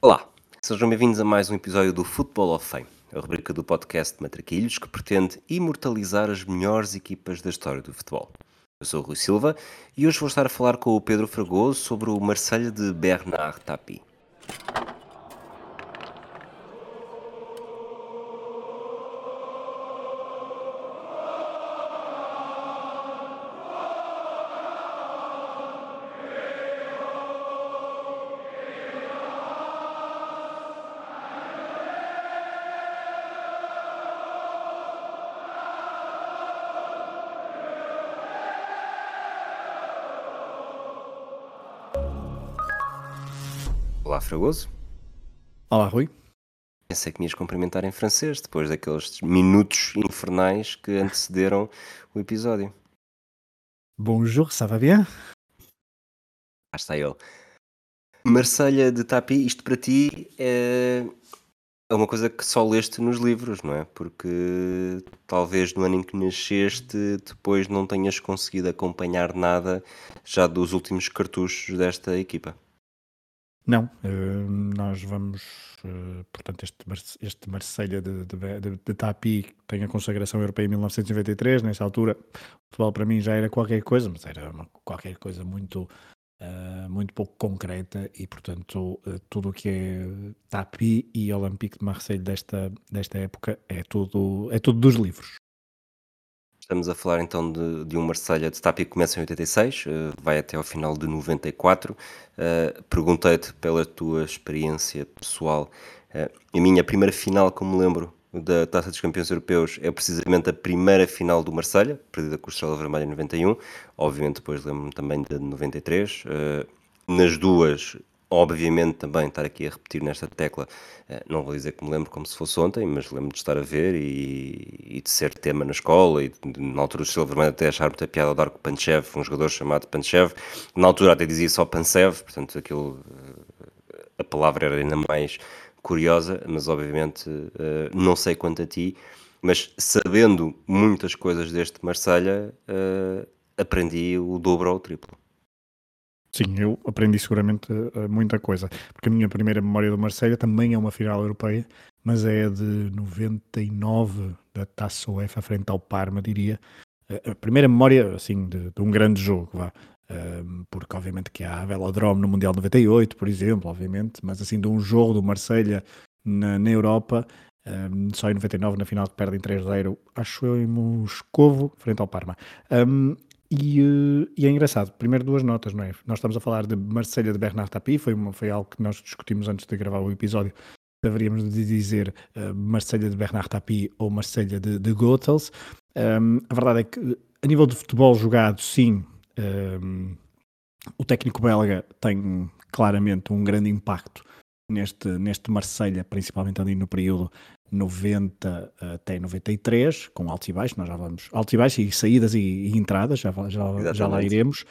Olá, sejam bem-vindos a mais um episódio do Football of Fame, a rubrica do podcast de Matraquilhos que pretende imortalizar as melhores equipas da história do futebol. Eu sou o Rui Silva e hoje vou estar a falar com o Pedro Fragoso sobre o Marselha de Bernard Tapie. Olá, Fragoso. Olá, Rui. Pensei que me ias cumprimentar em francês depois daqueles minutos infernais que antecederam o episódio. Bonjour, ça va bien? Lá está ele. Marselha de Tapie, isto para ti é uma coisa que só leste nos livros, não é? Porque talvez no ano em que nasceste, depois não tenhas conseguido acompanhar nada já dos últimos cartuchos desta equipa. Não, nós vamos, portanto, este Marselha de Tapie tem a consagração europeia em 1993. Nessa altura, o futebol para mim já era qualquer coisa, mas era qualquer coisa muito pouco concreta e, portanto, tudo o que é Tapie e Olympique de Marseille desta época é tudo dos livros. Estamos a falar então de um Marselha de Tapie que começa em 86, vai até ao final de 94. Perguntei-te pela tua experiência pessoal. A minha primeira final que eu me lembro da Taça dos Campeões Europeus é precisamente a primeira final do Marselha, perdida com o Estrela Vermelha em 91. Obviamente depois lembro-me também de 93. Nas duas, obviamente também estar aqui a repetir nesta tecla, não vou dizer que me lembro como se fosse ontem, mas lembro de estar a ver e de ser tema na escola e na altura o Estrela Vermelha até achar muita piada ao Darko Panchev, um jogador chamado Panchev. Na altura até dizia só Pancev, portanto aquilo, a palavra era ainda mais curiosa, mas obviamente não sei quanto a ti, mas sabendo muitas coisas deste Marselha, aprendi o dobro ou o triplo. Sim, eu aprendi seguramente muita coisa, porque a minha primeira memória do Marselha também é uma final europeia, mas é de 99, da Taça UEFA frente ao Parma, diria. A primeira memória, assim, de um grande jogo, vá. Porque obviamente que há Velodrome no Mundial de 98, por exemplo, obviamente, mas assim, de um jogo do Marselha na Europa, só em 99, na final que perdem 3-0, acho eu, em Moscovo, frente ao Parma. E é engraçado, primeiro duas notas, não é? Nós estamos a falar de Marselha de Bernard Tapie, foi algo que nós discutimos antes de gravar o episódio. Haveríamos de dizer Marselha de Bernard Tapie ou Marselha de Goethals. A verdade é que, a nível de futebol jogado, sim, o técnico belga tem claramente um grande impacto neste Marselha, principalmente ali no período 90 até 93, com altos e baixos. Nós já vamos altos e baixos e saídas e entradas, já lá Exatamente. iremos.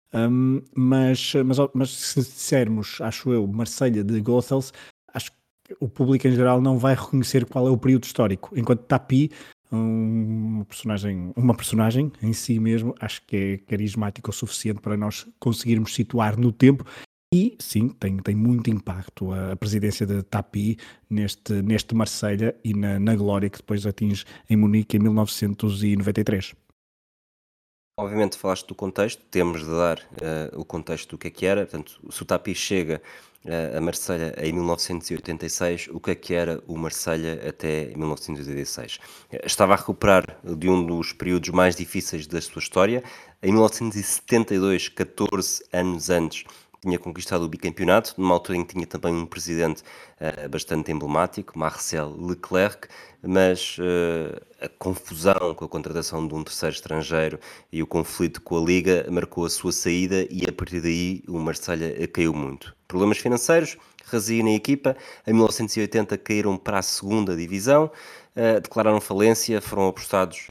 Mas se dissermos, acho eu, Marselha de Goethals, acho que o público em geral não vai reconhecer qual é o período histórico, enquanto Tapi, uma personagem em si mesmo, acho que é carismático o suficiente para nós conseguirmos situar no tempo. E sim, tem muito impacto a presidência de Tapi neste Marselha e na glória que depois atinge em Munique em 1993. Obviamente falaste do contexto, temos de dar o contexto do que era. Portanto, se o Tapi chega a Marselha em 1986, o que era o Marselha até 1986? Estava a recuperar de um dos períodos mais difíceis da sua história. Em 1972, 14 anos antes, tinha conquistado o bicampeonato, numa altura em que tinha também um presidente bastante emblemático, Marcel Leclerc, mas a confusão com a contratação de um terceiro estrangeiro e o conflito com a Liga marcou a sua saída e a partir daí o Marselha caiu muito. Problemas financeiros, razia na equipa, em 1980 caíram para a segunda divisão, declararam falência, foram apostados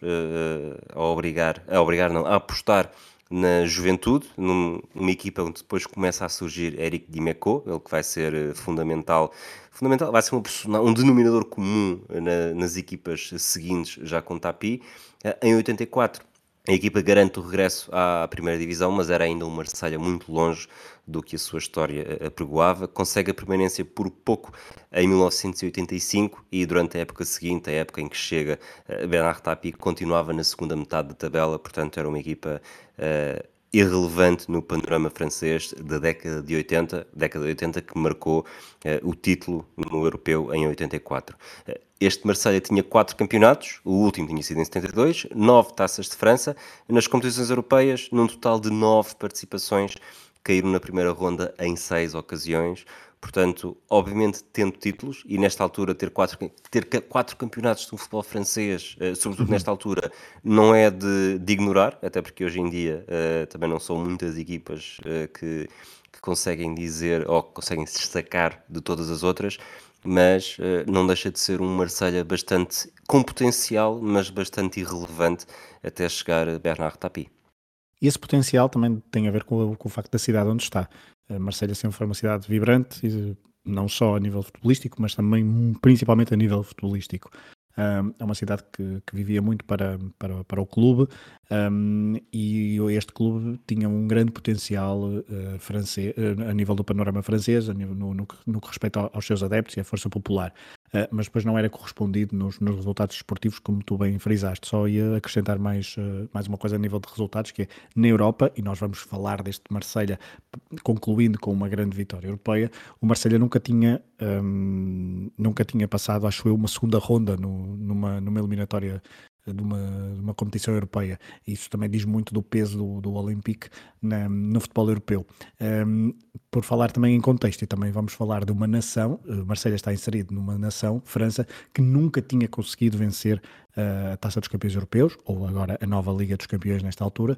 a apostar na juventude, numa equipa onde depois começa a surgir Eric Dimeco, ele que vai ser fundamental, vai ser um denominador comum nas equipas seguintes, já com Tapi. Em 84 A equipa garante o regresso à primeira divisão, mas era ainda um Marselha muito longe do que a sua história apregoava. Consegue a permanência por pouco em 1985 e durante a época seguinte, a época em que chega Bernard Tapie, continuava na segunda metade da tabela, portanto era uma equipa irrelevante no panorama francês da década de 80 que marcou o título no europeu em 84. Este Marselha tinha 4 campeonatos, o último tinha sido em 72, 9 taças de França, nas competições europeias, num total de 9 participações, caíram na primeira ronda em 6 ocasiões. Portanto, obviamente tendo títulos, e nesta altura ter quatro campeonatos do futebol francês, sobretudo Uhum. nesta altura, não é de ignorar, até porque hoje em dia também não são muitas equipas que conseguem dizer ou que conseguem se destacar de todas as outras, mas não deixa de ser um Marselha bastante com potencial, mas bastante irrelevante até chegar a Bernard Tapie. E esse potencial também tem a ver com o facto da cidade onde está. Marselha sempre foi uma cidade vibrante, não só a nível futebolístico, mas também principalmente a nível futebolístico. É uma cidade que vivia muito para o clube, e este clube tinha um grande potencial francês, a nível do panorama francês, no que respeita aos seus adeptos e à força popular. Mas depois não era correspondido nos resultados esportivos, como tu bem frisaste. Só ia acrescentar mais uma coisa a nível de resultados, que é na Europa, e nós vamos falar deste Marselha concluindo com uma grande vitória europeia. O Marselha nunca tinha passado, acho eu, uma segunda ronda numa eliminatória de uma competição europeia. Isso também diz muito do peso do Olympique no futebol europeu. Por falar também em contexto, e também vamos falar de uma nação, Marselha está inserido numa nação, França, que nunca tinha conseguido vencer a Taça dos Campeões Europeus, ou agora a nova Liga dos Campeões nesta altura,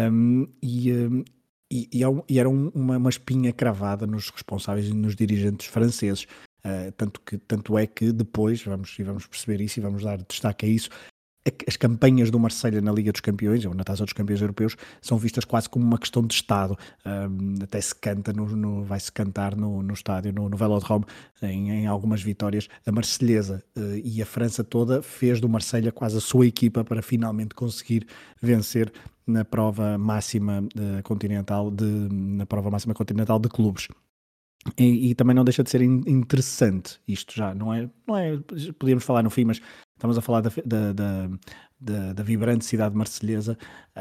e era uma espinha cravada nos responsáveis e nos dirigentes franceses. Tanto é que depois, vamos perceber isso e vamos dar destaque a isso, as campanhas do Marselha na Liga dos Campeões, ou na Taça dos Campeões Europeus, são vistas quase como uma questão de Estado. Até se canta, vai-se cantar no estádio, no Velodrome, em algumas vitórias, a Marselhesa. E a França toda fez do Marselha quase a sua equipa para finalmente conseguir vencer na prova máxima continental de clubes. E também não deixa de ser interessante isto já, não é, podíamos falar no fim, mas estamos a falar da vibrante cidade marselhesa.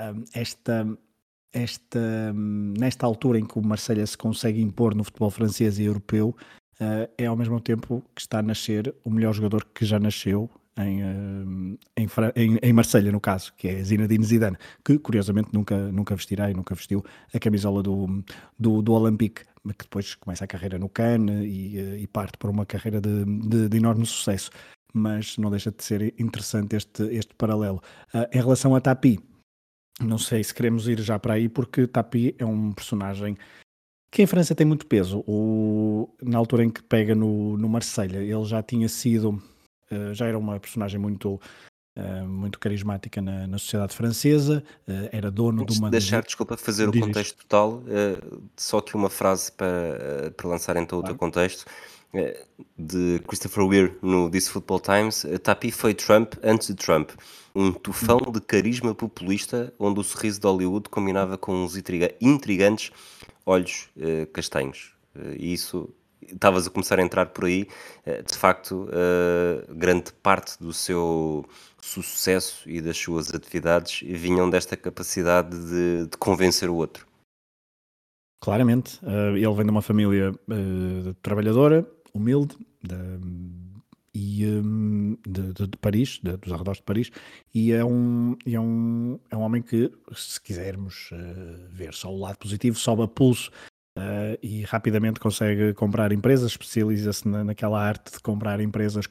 Nesta altura em que o Marselha se consegue impor no futebol francês e europeu, é ao mesmo tempo que está a nascer o melhor jogador que já nasceu em Marselha, no caso, que é Zinedine Zidane, que curiosamente nunca vestirá e nunca vestiu a camisola do Olympique, que depois começa a carreira no Cannes e parte por uma carreira de enorme sucesso. Mas não deixa de ser interessante este paralelo. Em relação a Tapie, não sei se queremos ir já para aí, porque Tapie é um personagem que em França tem muito peso. Na altura em que pega no Marselha, ele já tinha sido, já era uma personagem muito carismática na sociedade francesa, era dono de Antes de uma das... deixar, desculpa, fazer o Diz. contexto total, só que uma frase para lançar então o teu Claro. contexto, de Christopher Weir no This Football Times, Tapie foi Trump antes de Trump, um tufão de carisma populista onde o sorriso de Hollywood combinava com uns intrigantes olhos castanhos. E isso, estavas a começar a entrar por aí, de facto, grande parte do seu sucesso e das suas atividades vinham desta capacidade de convencer o outro. Claramente, ele vem de uma família trabalhadora, humilde, de Paris, dos arredores de Paris, e é um homem que, se quisermos ver só o lado positivo, sobe a pulso e rapidamente consegue comprar empresas, especializa-se naquela arte de comprar empresas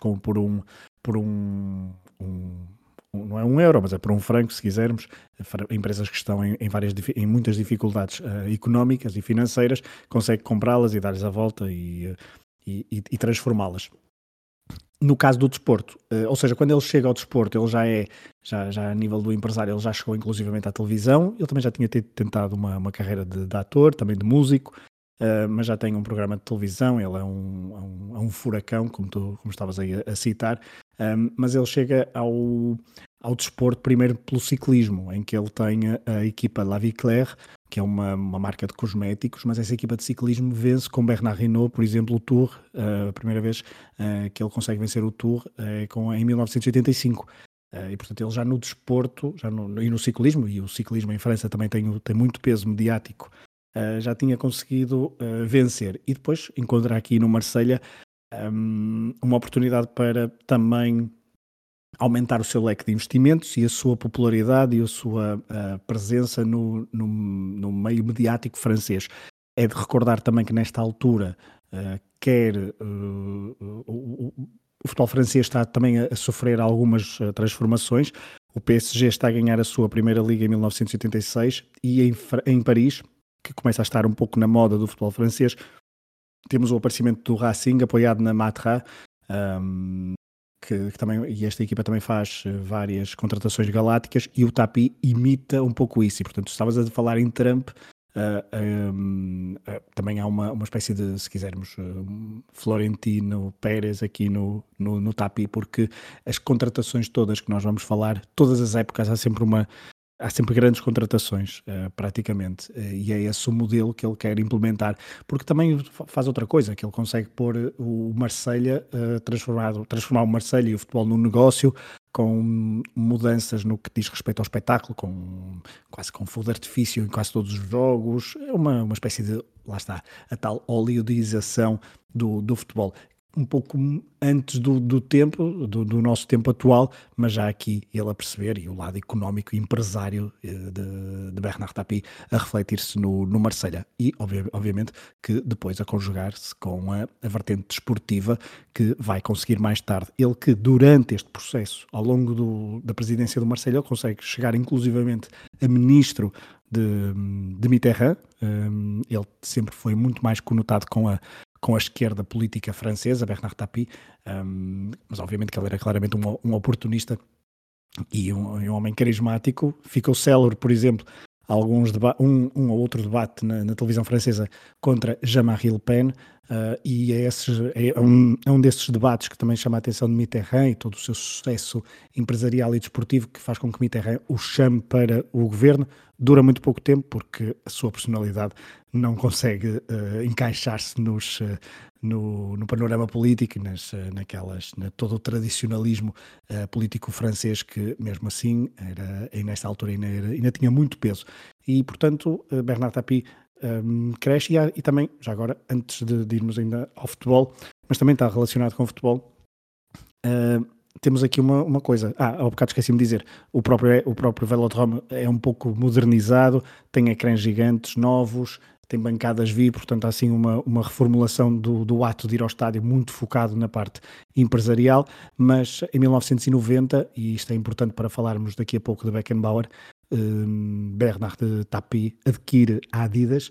por um, não é 1 euro, mas é por 1 franco, se quisermos, empresas que estão em muitas dificuldades económicas e financeiras, consegue comprá-las e dar-lhes a volta e transformá-las. No caso do desporto, ou seja, quando ele chega ao desporto, ele já a nível do empresário, ele já chegou inclusivamente à televisão, ele também já tinha tentado uma carreira de ator, também de músico, mas já tem um programa de televisão, ele é um furacão, como estavas aí a citar, mas ele chega ao desporto, primeiro pelo ciclismo, em que ele tem a equipa La Vie Claire, que é uma marca de cosméticos, mas essa equipa de ciclismo vence com Bernard Hinault, por exemplo, o Tour, a primeira vez que ele consegue vencer o Tour em 1985. E portanto ele já no desporto e no ciclismo, e o ciclismo em França também tem muito peso mediático, já tinha conseguido vencer. E depois encontra aqui no Marselha uma oportunidade para também aumentar o seu leque de investimentos e a sua popularidade e a sua presença no meio mediático francês. É de recordar também que nesta altura o futebol francês está também a sofrer algumas transformações. O PSG está a ganhar a sua primeira liga em 1986 e em Paris, que começa a estar um pouco na moda do futebol francês, temos o aparecimento do Racing apoiado na Matra, que também, e esta equipa também faz várias contratações galácticas, e o Tapi imita um pouco isso. E portanto, estavas a falar em Trump, também há uma espécie de, se quisermos, Florentino Pérez aqui no Tapi, porque as contratações todas que nós vamos falar, todas as épocas há sempre grandes contratações, praticamente, e é esse o modelo que ele quer implementar, porque também faz outra coisa, que ele consegue pôr o Marselha, transformar o Marselha e o futebol num negócio, com mudanças no que diz respeito ao espetáculo, quase com fogo de artifício em quase todos os jogos, é uma espécie de, lá está, a tal hollywoodização do futebol. Um pouco antes do tempo, do nosso tempo atual, mas já aqui ele a perceber, e o lado económico e empresário de Bernard Tapie a refletir-se no Marselha. E, obviamente, que depois a conjugar-se com a vertente desportiva que vai conseguir mais tarde. Ele que, durante este processo, ao longo da presidência do Marselha, ele consegue chegar inclusivamente a ministro de Mitterrand. Ele sempre foi muito mais conotado com a esquerda política francesa, Bernard Tapie, mas obviamente que ele era claramente um oportunista e um homem carismático. Ficou célebre, por exemplo, um ou outro debate na televisão francesa contra Jean-Marie Le Pen, e é um desses debates que também chama a atenção de Mitterrand e todo o seu sucesso empresarial e desportivo, que faz com que Mitterrand o chame para o governo. Dura muito pouco tempo porque a sua personalidade não consegue encaixar-se no panorama político, todo o tradicionalismo político francês, que mesmo assim nesta altura ainda tinha muito peso. E portanto Bernard Tapie cresce e também, já agora, antes de irmos ainda ao futebol, mas também está relacionado com o futebol, temos aqui uma coisa. Ao bocado esqueci-me de dizer, o próprio Velodrome é um pouco modernizado, tem ecrãs gigantes novos, tem bancadas VIP, portanto há assim uma reformulação do ato de ir ao estádio, muito focado na parte empresarial. Mas em 1990, e isto é importante para falarmos daqui a pouco de Beckenbauer, Bernard Tapie adquire a Adidas,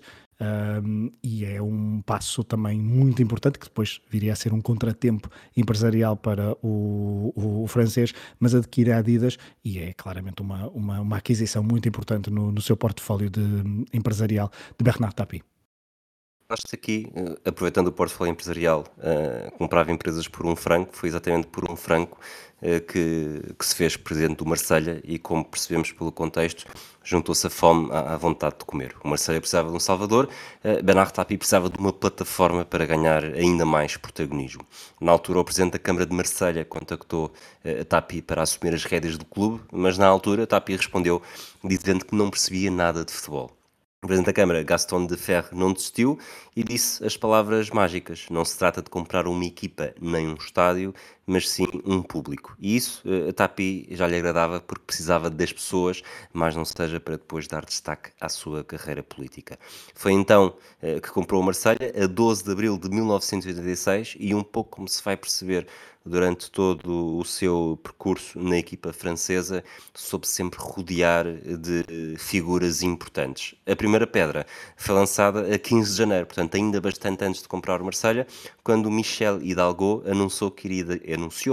e é um passo também muito importante, que depois viria a ser um contratempo empresarial para o francês, mas adquire a Adidas e é claramente uma aquisição muito importante no seu portfólio empresarial de Bernard Tapie. Acho aqui, aproveitando o portfólio empresarial, comprava empresas por £1, foi exatamente por £1 que se fez presidente do Marselha e, como percebemos pelo contexto, juntou-se a fome à vontade de comer. O Marselha precisava de um salvador, Bernard Tapie precisava de uma plataforma para ganhar ainda mais protagonismo. Na altura, o presidente da Câmara de Marselha contactou Tapie para assumir as rédeas do clube, mas na altura Tapie respondeu dizendo que não percebia nada de futebol. O presidente da Câmara, Gaston Defferre, não desistiu e disse as palavras mágicas: não se trata de comprar uma equipa nem um estádio, mas sim um público. E isso a Tapie já lhe agradava, porque precisava das pessoas, mas não seja para depois dar destaque à sua carreira política. Foi então que comprou o Marselha, a 12 de abril de 1986, e um pouco como se vai perceber durante todo o seu percurso na equipa francesa, soube sempre rodear de figuras importantes. A primeira pedra foi lançada a 15 de janeiro, portanto ainda bastante antes de comprar o Marselha, quando Michel Hidalgo anunciou que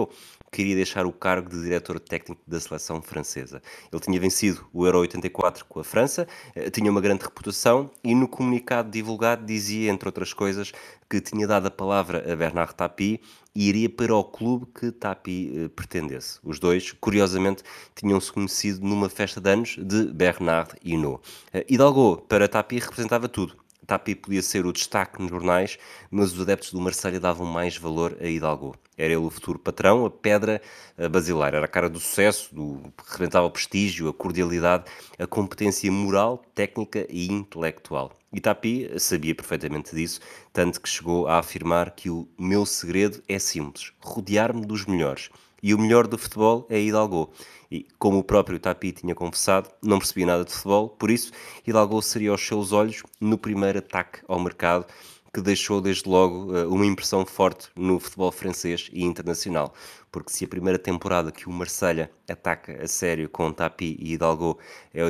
queria deixar o cargo de diretor técnico da seleção francesa. Ele tinha vencido o Euro 84 com a França, tinha uma grande reputação e no comunicado divulgado dizia, entre outras coisas, que tinha dado a palavra a Bernard Tapie e iria para o clube que Tapie pretendesse. Os dois, curiosamente, tinham-se conhecido numa festa de anos de Bernard Hinault. Hidalgo, para Tapie, representava tudo. Tapie podia ser o destaque nos jornais, mas os adeptos do Marselha davam mais valor a Hidalgo. Era ele o futuro patrão, a pedra basilar. Era a cara do sucesso, que representava o prestígio, a cordialidade, a competência moral, técnica e intelectual. E Tapie sabia perfeitamente disso, tanto que chegou a afirmar que o meu segredo é simples, rodear-me dos melhores. E o melhor do futebol é Hidalgo. E, como o próprio Tapie tinha confessado, não percebia nada de futebol, por isso Hidalgo seria aos seus olhos no primeiro ataque ao mercado, que deixou desde logo uma impressão forte no futebol francês e internacional. Porque se a primeira temporada que o Marselha ataca a sério com Tapie e Hidalgo é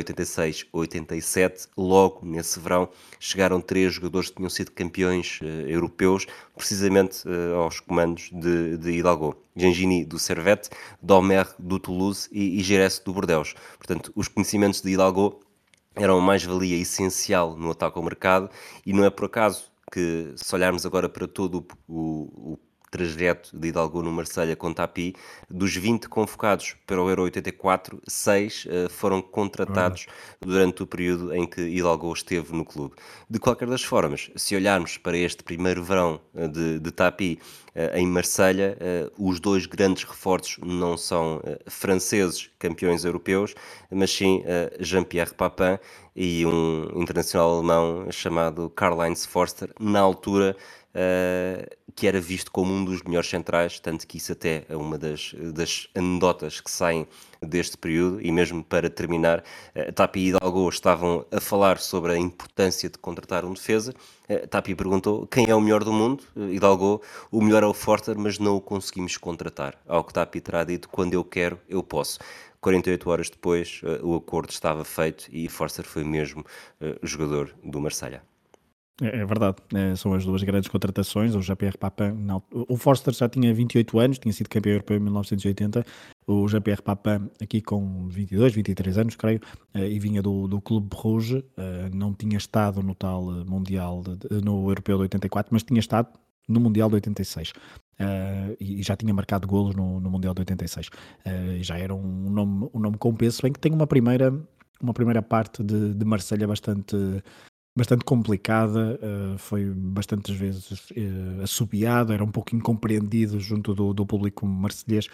86-87, logo nesse verão chegaram três jogadores que tinham sido campeões europeus, precisamente aos comandos de Hidalgo. Gengini do Servette, Domer do Toulouse e Giresse do Bordeaux. Portanto, os conhecimentos de Hidalgo eram uma mais-valia essencial no ataque ao mercado e não é por acaso que, se olharmos agora para todo o trajeto de Hidalgo no Marselha com Tapie, dos 20 convocados para o Euro 84, 6 foram É verdade. contratados durante o período em que Hidalgo esteve no clube. De qualquer das formas, se olharmos para este primeiro verão de Tapie em Marselha, os dois grandes reforços não são franceses campeões europeus, mas sim Jean-Pierre Papin e um internacional alemão chamado Karl-Heinz Forster, na altura que era visto como um dos melhores centrais, tanto que isso até é uma das anedotas que saem deste período. E mesmo para terminar, Tapie e Hidalgo estavam a falar sobre a importância de contratar um defesa. Tapie perguntou quem é o melhor do mundo. Hidalgo, o melhor é o Forster, mas não o conseguimos contratar. Ao que Tapie terá dito, quando eu quero, eu posso. 48 horas depois, o acordo estava feito e Forster foi mesmo jogador do Marselha. É verdade, são as duas grandes contratações. O Jean-Pierre Papin, o Forster já tinha 28 anos, tinha sido campeão europeu em 1980. O Jean-Pierre Papin, aqui com 22, 23 anos, creio, e vinha do Clube Rouge, não tinha estado no tal Mundial, no Europeu de 84, mas tinha estado no Mundial de 86. E já tinha marcado golos no Mundial de 86. E já era um nome com peso, bem que tem uma primeira parte de Marselha bastante complicada, foi bastantes vezes assobiado, era um pouco incompreendido junto do público marselhês.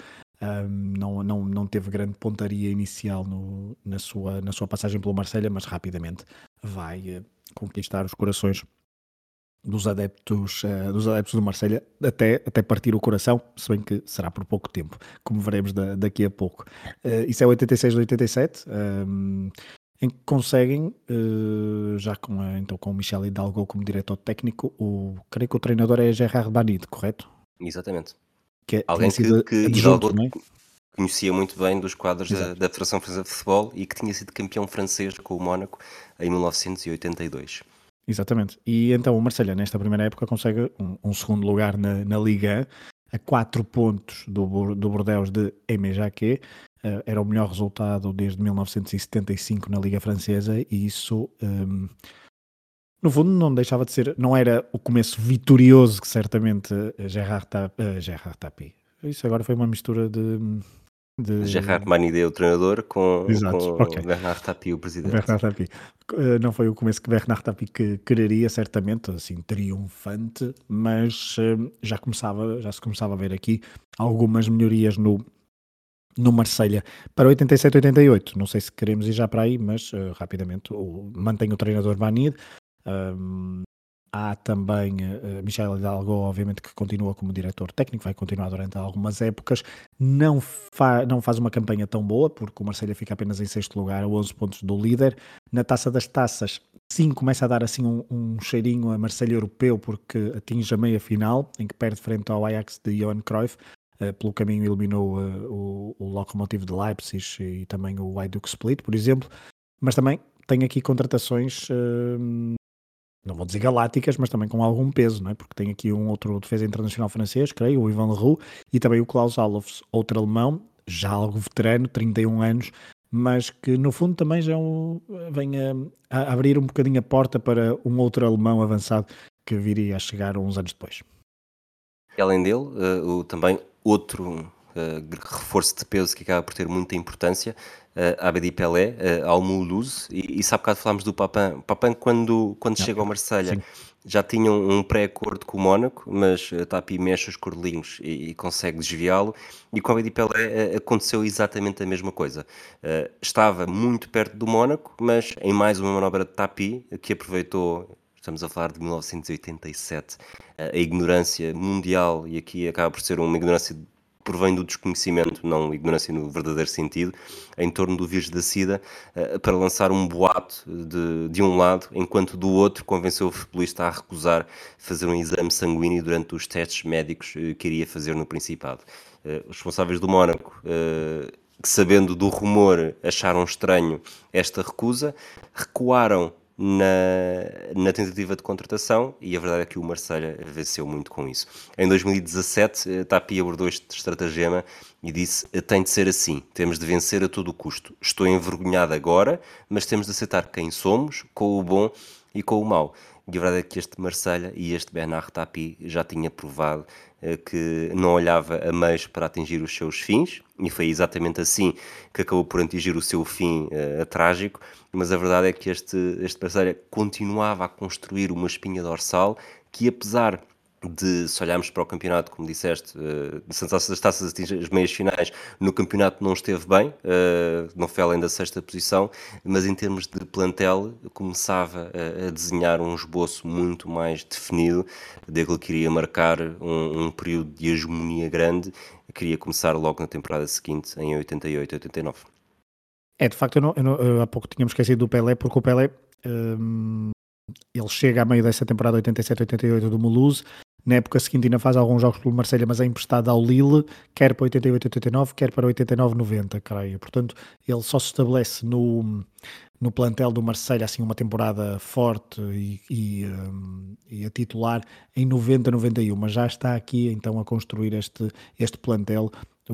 Não teve grande pontaria inicial na sua passagem pelo Marselha, mas rapidamente vai conquistar os corações dos adeptos do Marselha, até partir o coração, se bem que será por pouco tempo, como veremos daqui a pouco. Isso é 86-87, em que conseguem, já com o Michel Hidalgo como diretor técnico, creio que o treinador é Gerard Banide, correto? Exatamente. Que tinha Alguém que, sido que adjunto, Hidalgo não é? conhecia muito bem dos quadros da, Exato. da Federação Francesa de Futebol e que tinha sido campeão francês com o Mónaco em 1982. Exatamente. E então o Marselha, nesta primeira época, consegue um segundo lugar na Liga, a 4 pontos do Bordeaux de Aimé Jacquet. Era o melhor resultado desde 1975 na Liga Francesa e isso, no fundo, não deixava de ser, não era o começo vitorioso que certamente Gerard Tapie. Isso agora foi uma mistura de. Gerard Manidé, o treinador, com, Exatos, ok. com Bernard Tapie, o O presidente. Bernard Tapie. Não foi o começo que Bernard Tapie quereria, certamente, assim, triunfante, mas já se começava a ver aqui algumas melhorias no Marselha. Para 87-88, não sei se queremos ir já para aí, mas rapidamente, mantém o treinador Banid. Há também Michel Hidalgo, obviamente, que continua como diretor técnico, vai continuar durante algumas épocas. Não faz uma campanha tão boa, porque o Marselha fica apenas em sexto lugar, a 11 pontos do líder. Na Taça das Taças, sim, começa a dar assim um cheirinho a Marselha europeu, porque atinge a meia-final, em que perde frente ao Ajax de Johan Cruyff. Pelo caminho eliminou o Lokomotiv de Leipzig e também o Hajduk Split, por exemplo. Mas também tem aqui contratações não vou dizer galácticas, mas também com algum peso, não é? Porque tem aqui um outro defesa internacional francês, creio, o Yvan Leroux, e também o Klaus Allofs, outro alemão, já algo veterano, 31 anos, mas que no fundo também já vem a abrir um bocadinho a porta para um outro alemão avançado que viria a chegar uns anos depois. E além dele, também outro reforço de peso que acaba por ter muita importância, Abedi Pelé, ao Mulhouse, e há bocado falámos do Papin. Papin, quando Não, chega ao Marselha, sim, já tinha um pré-acordo com o Mónaco, mas Tapi mexe os cordelinhos e consegue desviá-lo. E com o Abedi Pelé aconteceu exatamente a mesma coisa. Estava muito perto do Mónaco, mas em mais uma manobra de Tapi, que aproveitou. Estamos a falar de 1987, a ignorância mundial, e aqui acaba por ser uma ignorância que provém do desconhecimento, não ignorância no verdadeiro sentido, em torno do vírus da SIDA, para lançar um boato de um lado, enquanto do outro convenceu o futebolista a recusar fazer um exame sanguíneo durante os testes médicos que iria fazer no Principado. Os responsáveis do Mónaco, que sabendo do rumor acharam estranho esta recusa, recuaram na tentativa de contratação, e a verdade é que o Marselha venceu muito com isso. Em 2017, Tapie abordou este estratagema e disse: tem de ser assim, temos de vencer a todo o custo. Estou envergonhado agora, mas temos de aceitar quem somos, com o bom e com o mau. E a verdade é que este Marselha e este Bernard Tapie já tinha provado que não olhava a meios para atingir os seus fins, e foi exatamente assim que acabou por atingir o seu fim trágico. Mas a verdade é que este Marselha continuava a construir uma espinha dorsal que, apesar de, se olharmos para o campeonato, como disseste, das taças atingir as meias finais, no campeonato não esteve bem, não foi além da sexta posição, mas em termos de plantel começava a desenhar um esboço muito mais definido daquilo que iria marcar um período de hegemonia grande, que queria começar logo na temporada seguinte, em 88-89. É, de facto, eu há pouco tínhamos esquecido do Pelé, porque o Pelé, ele chega a meio dessa temporada 87-88 do Mulhouse, na época seguinte ainda faz alguns jogos pelo Marselha, mas é emprestado ao Lille, quer para 88-89, quer para 89-90, creio. Portanto, ele só se estabelece no plantel do Marselha, assim, uma temporada forte e a titular em 90-91, mas já está aqui então a construir este plantel,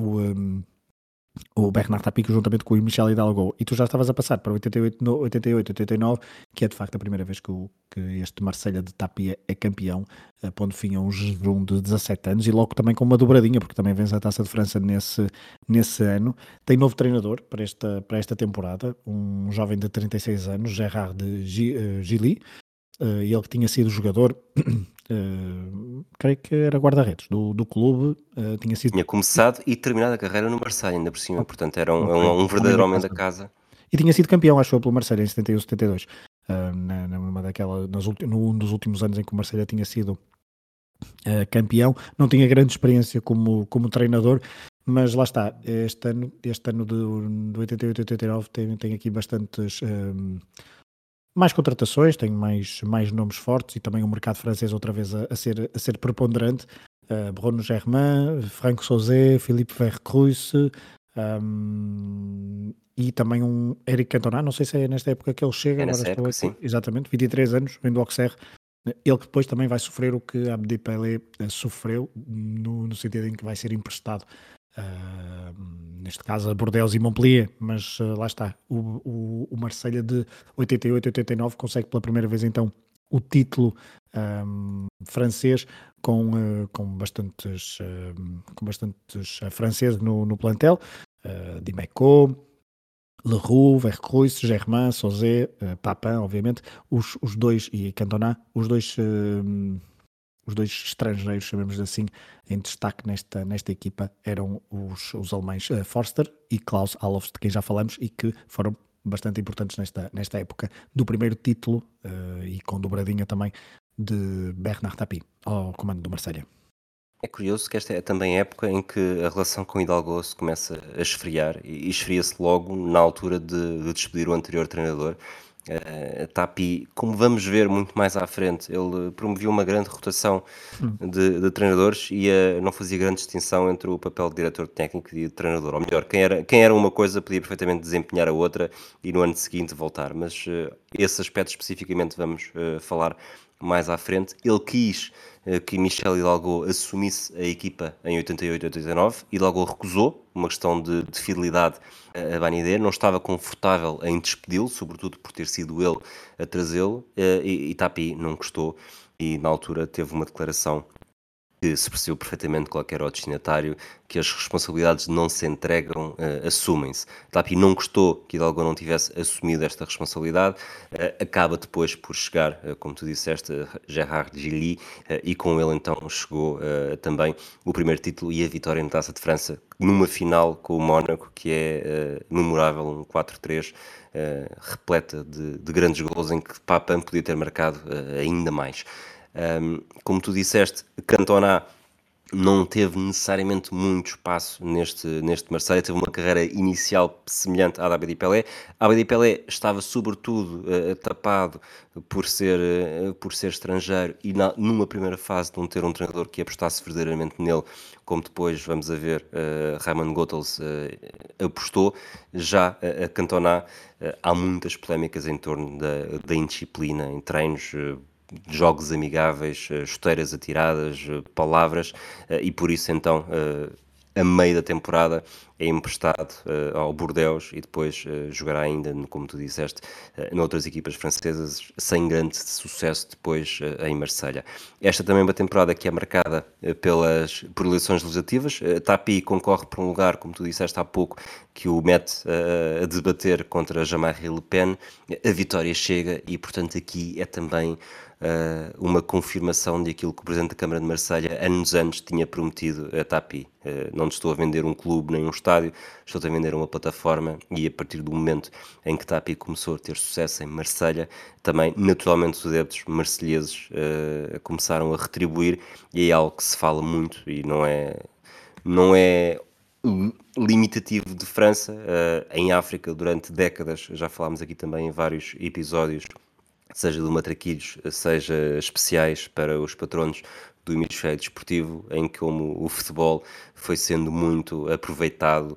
o Bernard Tapie juntamente com o Michel Hidalgo, e tu já estavas a passar para 88-89, que é de facto a primeira vez que este Marselha de Tapie é campeão, pondo fim a um jejum de 17 anos, e logo também com uma dobradinha, porque também vence a Taça de França nesse ano. Tem novo treinador para esta temporada, um jovem de 36 anos, Gérard Gilly, ele que tinha sido jogador, creio que era guarda-redes do clube, tinha sido. Tinha começado e terminado a carreira no Marseille, ainda por cima, portanto era Ok, um homem da verdadeiro homem da casa. casa. E tinha sido campeão, acho eu, pelo Marselha em 71-72. Num dos últimos anos em que o Marselha tinha sido campeão. Não tinha grande experiência como treinador, mas lá está. Este ano de 88-89 tem aqui bastantes mais contratações, tem mais nomes fortes, e também o mercado francês outra vez a ser preponderante. Bruno Germain, Franck Sauzet, Philippe Vercruysse, e também um Eric Cantona, não sei se é nesta época que ele chega, É agora nessa estou época, aqui, sim. exatamente, 23 anos, vem do Auxerre. Ele que depois também vai sofrer o que Abdi Pelé sofreu, no sentido em que vai ser emprestado, neste caso a Bordeaux e Montpellier, mas lá está, o Marselha de 88-89 consegue pela primeira vez então o título francês com bastantes franceses no plantel, Dimeco, Leroux, Vercruysse, Germain, Sauzet, Papin, obviamente, os dois, e Cantona, os dois estrangeiros, chamemos assim, em destaque nesta equipa eram os alemães Forster e Klaus Allofs, de quem já falamos, e que foram bastante importantes nesta época do primeiro título, e com dobradinha também de Bernard Tapie ao comando do Marselha. É curioso que esta é também a época em que a relação com Hidalgo se começa a esfriar, e esfria-se logo na altura de despedir o anterior treinador. Tapi, como vamos ver muito mais à frente, ele promovia uma grande rotação Hum. de treinadores e não fazia grande distinção entre o papel de diretor técnico e de treinador. Ou melhor, quem era uma coisa podia perfeitamente desempenhar a outra e no ano seguinte voltar. Mas esse aspecto especificamente vamos falar mais à frente. Ele quis que Michel Hidalgo assumisse a equipa em 88 e 89. Hidalgo recusou, uma questão de fidelidade a Banidé, não estava confortável em despedi-lo, sobretudo por ter sido ele a trazê-lo, e Tapi não gostou, e na altura teve uma declaração que se percebeu perfeitamente qualquer outro destinatário, que as responsabilidades não se entregam, assumem-se. Tapi não gostou que Hidalgo não tivesse assumido esta responsabilidade, acaba depois por chegar, como tu disseste, Gérard Gilly, e com ele então chegou também o primeiro título e a vitória na Taça de França, numa final com o Mónaco, que é memorável, um 4-3, repleta de grandes gols, em que Papin podia ter marcado ainda mais. Como tu disseste, Cantona não teve necessariamente muito espaço neste Marseille, teve uma carreira inicial semelhante à da Abedi Pelé. A Abedi Pelé estava sobretudo tapado por ser estrangeiro e numa primeira fase de não ter um treinador que apostasse verdadeiramente nele, como depois vamos a ver, Raymond Goethals apostou. Já a Cantona, há muitas polémicas em torno da indisciplina em treinos, jogos amigáveis, chuteiras atiradas, palavras, e por isso então, a meio da temporada, é emprestado ao Bordeaux e depois jogará ainda, como tu disseste, noutras equipas francesas, sem grande sucesso depois em Marselha. Esta também é uma temporada que é marcada por eleições legislativas. Tapi concorre por um lugar, como tu disseste há pouco, que o mete a debater contra Jean-Marie Le Pen. A vitória chega e, portanto, aqui é também uma confirmação daquilo que o Presidente da Câmara de Marselha, anos antes, tinha prometido a Tapi. Não te estou a vender um clube nem um estádio, estou-te a vender uma plataforma, e a partir do momento em que Tapi começou a ter sucesso em Marselha, também naturalmente os adeptos marselheses começaram a retribuir, e é algo que se fala muito e não é limitativo de França. Em África, durante décadas, já falámos aqui também em vários episódios, seja do Matraquilhos, seja especiais para os patronos do hemisfério desportivo, em que como o futebol foi sendo muito aproveitado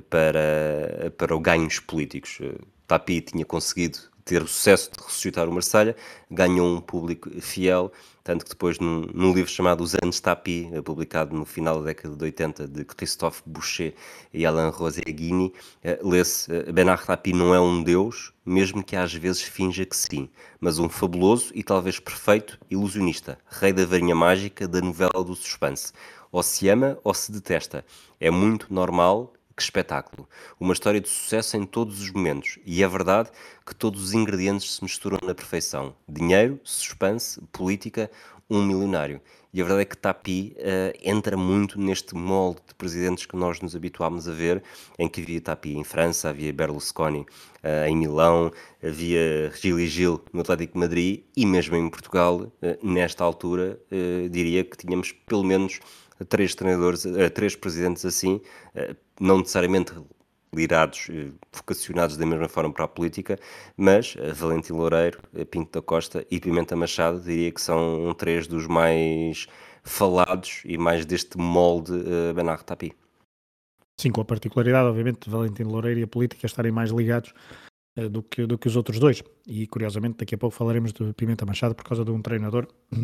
para ganhos políticos. Tapi tinha conseguido ter o sucesso de ressuscitar o Marselha, ganhou um público fiel, tanto que depois num livro chamado Os Anos Tapi, publicado no final da década de 80, de Christophe Boucher e Alain Roséguini, lê-se: Bernard Tapie não é um deus, mesmo que às vezes finja que sim, mas um fabuloso e talvez perfeito ilusionista, rei da varinha mágica da novela do suspense. Ou se ama ou se detesta. É muito normal. Que espetáculo! Uma história de sucesso em todos os momentos, e é verdade que todos os ingredientes se misturam na perfeição: dinheiro, suspense, política, um milionário. E a verdade é que Tapi entra muito neste molde de presidentes que nós nos habituámos a ver, em que havia Tapi em França, havia Berlusconi em Milão, havia Gilles Gil no Atlético de Madrid, e mesmo em Portugal, nesta altura, diria que tínhamos pelo menos três treinadores, três presidentes assim, não necessariamente liderados, vocacionados da mesma forma para a política, mas Valentim Loureiro, Pinto da Costa e Pimenta Machado, diria que são três dos mais falados e mais deste molde Bernard Tapie. Sim, com a particularidade, obviamente, de Valentim Loureiro e a política estarem mais ligados do que os outros dois. E curiosamente, daqui a pouco falaremos de Pimenta Machado por causa de um treinador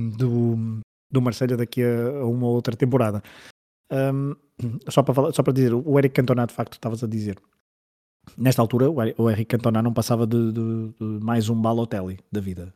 do Marselha daqui a uma ou outra temporada. Um, só para dizer, o Eric Cantona, de facto, estavas a dizer, nesta altura o Eric Cantona não passava de mais um Balotelli da vida.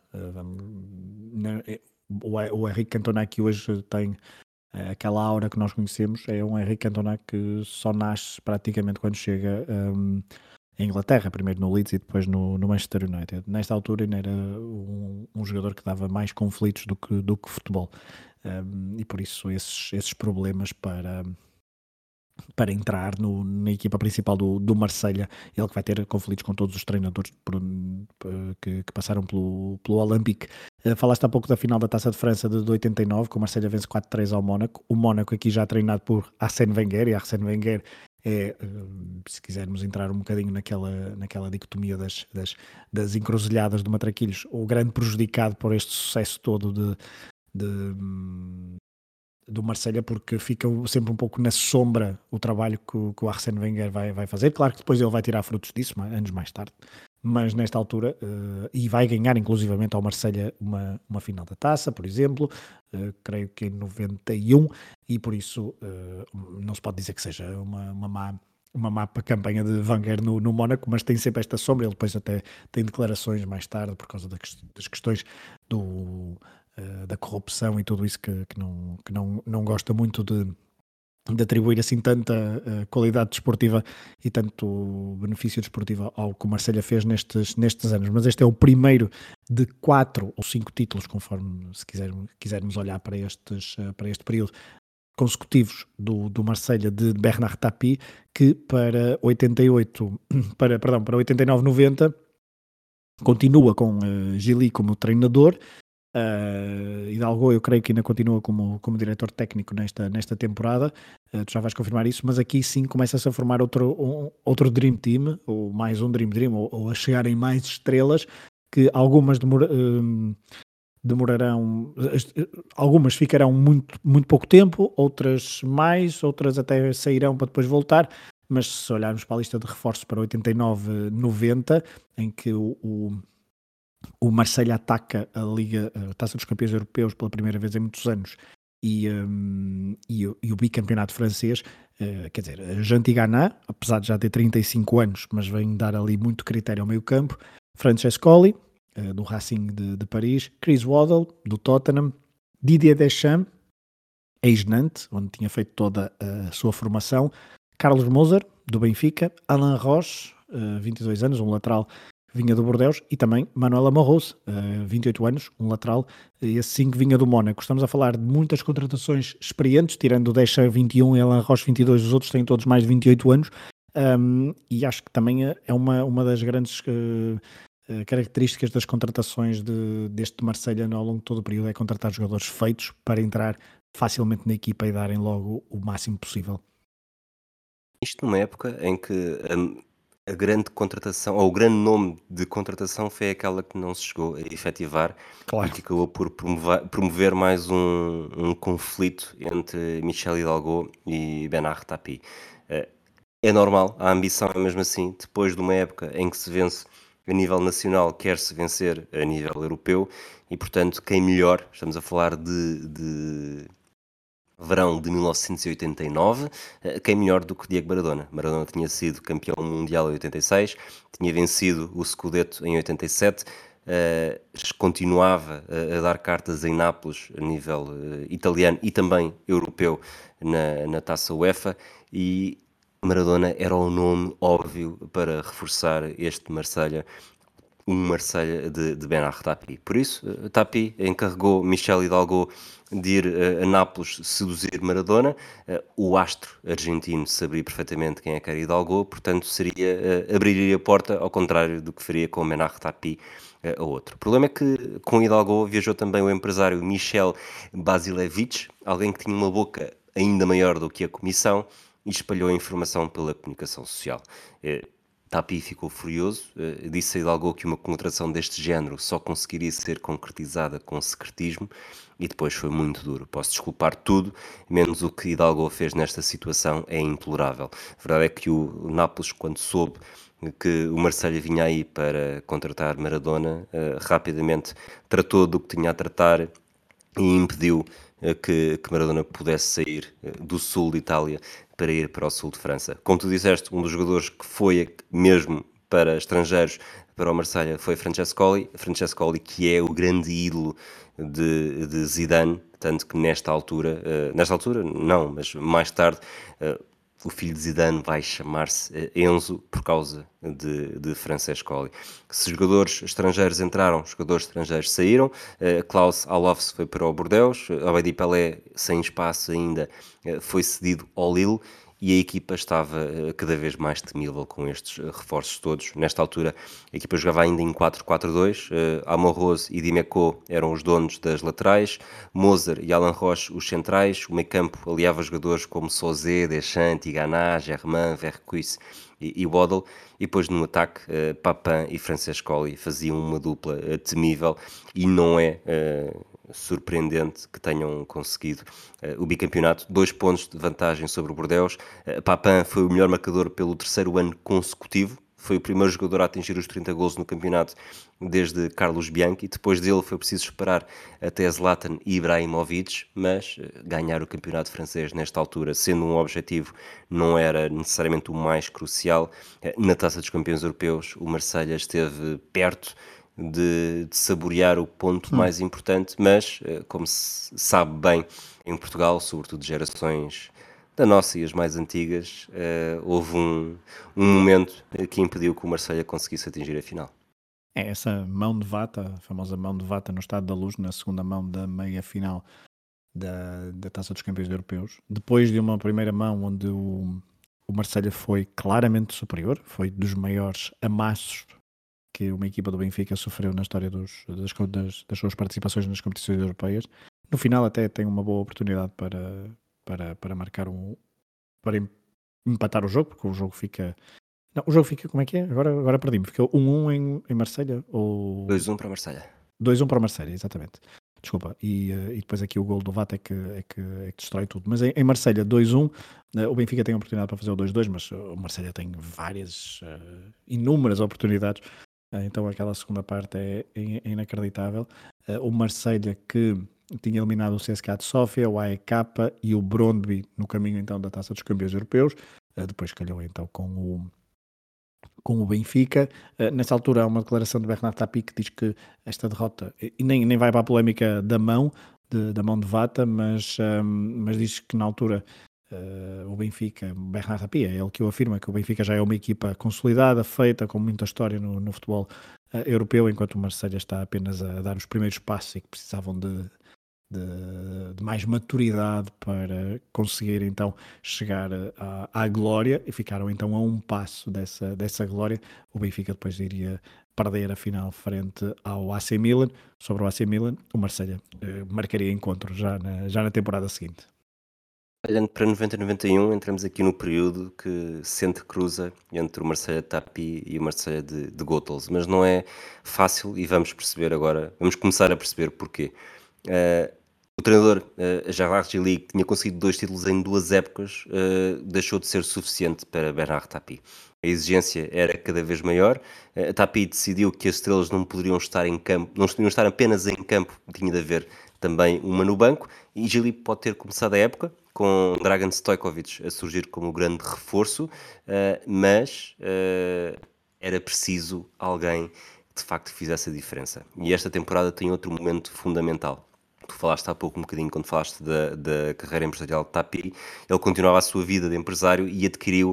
O Eric Cantona que hoje tem aquela aura que nós conhecemos é um Eric Cantona que só nasce praticamente quando chega em Inglaterra, primeiro no Leeds e depois no Manchester United. Nesta altura ainda era um jogador que dava mais conflitos do que futebol. E por isso esses problemas para entrar na equipa principal do Marselha, ele que vai ter conflitos com todos os treinadores que passaram pelo Olympique. Falaste há pouco da final da Taça de França de 89, que o Marselha vence 4-3 ao Mónaco. O Mónaco aqui já treinado por Arsène Wenger, e Arsène Wenger se quisermos entrar um bocadinho naquela dicotomia das encruzilhadas do Matraquilhos, o grande prejudicado por este sucesso todo de, do Marselha, porque fica sempre um pouco na sombra o trabalho que o Arsène Wenger vai fazer. Claro que depois ele vai tirar frutos disso, anos mais tarde, mas nesta altura, e vai ganhar inclusivamente ao Marselha uma final da taça, por exemplo, creio que em 91, e por isso não se pode dizer que seja uma má campanha de Wenger no Mónaco, mas tem sempre esta sombra. Ele depois até tem declarações mais tarde por causa das questões da corrupção e tudo isso que não gosta muito de atribuir assim tanta qualidade desportiva e tanto benefício desportivo ao que o Marselha fez nestes anos. Mas este é o primeiro de 4 ou 5 títulos, conforme se quisermos olhar para este período consecutivos do Marselha de Bernard Tapie, que para 89-90 continua com Gili como treinador. Hidalgo eu creio que ainda continua como diretor técnico nesta temporada. Tu já vais confirmar isso, mas aqui sim começa-se a formar outro Dream Team, ou mais um Dream Team, ou a chegarem mais estrelas, que algumas demorarão, algumas ficarão muito pouco tempo, outras mais, outras até sairão para depois voltar. Mas se olharmos para a lista de reforços para 89-90, em que o Marselha ataca a Taça dos Campeões Europeus pela primeira vez em muitos anos e o bicampeonato francês, quer dizer, Jean Tigana, apesar de já ter 35 anos, mas vem dar ali muito critério ao meio campo, Francescoli, do Racing de Paris, Chris Waddle, do Tottenham, Didier Deschamps, ex-Nantes, onde tinha feito toda a sua formação, Carlos Moser, do Benfica, Alain Roche, 22 anos, um lateral vinha do Bordeaux, e também Manuel Amorros, 28 anos, um lateral, esse sim que vinha do Mónaco. Estamos a falar de muitas contratações experientes, tirando o Deschamps 21 e Alain Roche 22, os outros têm todos mais de 28 anos, e acho que também é uma das grandes características das contratações deste Marselha ao longo de todo o período, é contratar jogadores feitos para entrar facilmente na equipa e darem logo o máximo possível. Isto numa época em que a grande contratação, ou o grande nome de contratação, foi aquela que não se chegou a efetivar e que acabou por promover mais um conflito entre Michel Hidalgo e Bernard Tapie. É normal, a ambição é mesmo assim, depois de uma época em que se vence a nível nacional, quer-se vencer a nível europeu, e portanto, quem melhor, estamos a falar de verão de 1989, quem melhor do que Diego Maradona. Maradona tinha sido campeão mundial em 86, tinha vencido o Scudetto em 87, continuava a dar cartas em Nápoles a nível italiano e também europeu na Taça UEFA, e Maradona era o nome óbvio para reforçar este Marselha, um Marselha de Bernard Tapie. Por isso, Tapie encarregou Michel Hidalgo de ir a Nápoles seduzir Maradona. O astro argentino sabia perfeitamente quem é que era Hidalgo, portanto abriria a porta, ao contrário do que faria com Bernard Tapie a outro. O problema é que com Hidalgo viajou também o empresário Michel Basilevich, alguém que tinha uma boca ainda maior do que a comissão, e espalhou a informação pela comunicação social. Tapie ficou furioso, disse a Hidalgo que uma contratação deste género só conseguiria ser concretizada com secretismo, e depois foi muito duro. Posso desculpar tudo, menos o que Hidalgo fez nesta situação é implorável. A verdade é que o Nápoles, quando soube que o Marselha vinha aí para contratar Maradona, rapidamente tratou do que tinha a tratar e impediu que Maradona pudesse sair do sul de Itália para ir para o sul de França. Como tu disseste, um dos jogadores que foi mesmo para estrangeiros para o Marselha foi Francescoli, que é o grande ídolo de Zidane, tanto que nesta altura não, mas mais tarde, o filho de Zidane vai chamar-se Enzo por causa de Francescoli. Se jogadores estrangeiros entraram, jogadores estrangeiros saíram. Klaus Allofs foi para o Bordeaux, Abedi Pelé, sem espaço ainda, foi cedido ao Lille, e a equipa estava cada vez mais temível com estes reforços todos. Nesta altura, a equipa jogava ainda em 4-4-2, Amorose e Dimeco eram os donos das laterais, Moser e Alan Roche os centrais, o meio-campo aliava jogadores como Sosé, Deschamps, Tigana, Germain, Vercuis e Waddle, e depois no ataque, Papin e Francescoli faziam uma dupla temível, e não é surpreendente que tenham conseguido o bicampeonato, 2 pontos de vantagem sobre o Bordeaux. Papin foi o melhor marcador pelo terceiro ano consecutivo, foi o primeiro jogador a atingir os 30 golos no campeonato desde Carlos Bianchi. Depois dele foi preciso esperar até Zlatan e Ibrahimovic, mas ganhar o campeonato francês nesta altura, sendo um objetivo, não era necessariamente o mais crucial. Na Taça dos Campeões Europeus, o Marselha esteve perto de saborear o ponto Hum. mais importante, mas, como se sabe bem, em Portugal, sobretudo gerações da nossa e as mais antigas, houve um momento que impediu que o Marselha conseguisse atingir a final. É essa mão de Vata, a famosa mão de Vata no Estado da Luz, na segunda mão da meia-final da Taça dos Campeões Europeus. Depois de uma primeira mão onde o Marselha foi claramente superior, foi dos maiores amassos que uma equipa do Benfica sofreu na história das suas participações nas competições europeias. No final até tem uma boa oportunidade para marcar para empatar o jogo, porque o jogo fica. Não, o jogo fica, como é que é? Agora perdi-me. Fica 1-1 em Marselha ou 2-1 para Marselha. 2-1 para o Marselha, exatamente. Desculpa. E depois aqui o gol do Vata é que destrói tudo. Mas em Marselha 2-1, o Benfica tem a oportunidade para fazer o 2-2, mas o Marselha tem várias, inúmeras oportunidades. Então aquela segunda parte é inacreditável. O Marselha que tinha eliminado o CSKA de Sófia, o AEK e o Brondby no caminho então da Taça dos Campeões Europeus. Depois calhou então com o Benfica. Nessa altura há uma declaração de Bernard Tapie que diz que esta derrota, e nem vai para a polémica da mão, da mão de Vata, mas diz que na altura o Benfica, Bernard Tapie, é ele que o afirma, que o Benfica já é uma equipa consolidada, feita, com muita história no futebol europeu, enquanto o Marselha está apenas a dar os primeiros passos e que precisavam de mais maturidade para conseguir então chegar à glória, e ficaram então a um passo dessa glória. O Benfica depois iria perder a final frente ao AC Milan. Sobre o AC Milan, o Marselha marcaria encontro já na temporada seguinte. Olhando para 90-91, entramos aqui no período que se entrecruza entre o Marselha de Tapie e o Marselha de Goethals, mas não é fácil, e vamos perceber agora, vamos começar a perceber porquê. Eh, o treinador Gerard Gilly, que tinha conseguido 2 títulos em 2 épocas, deixou de ser suficiente para Bernard Tapie. A exigência era cada vez maior. Tapie decidiu que as estrelas não poderiam estar em campo, não poderiam estar apenas em campo, tinha de haver também uma no banco, e Gilly pode ter começado a época com Dragan Stojkovic a surgir como o grande reforço, mas era preciso alguém que de facto fizesse a diferença. E esta temporada tem outro momento fundamental. Tu falaste há pouco um bocadinho, quando falaste da carreira empresarial de Tapie, ele continuava a sua vida de empresário e adquiriu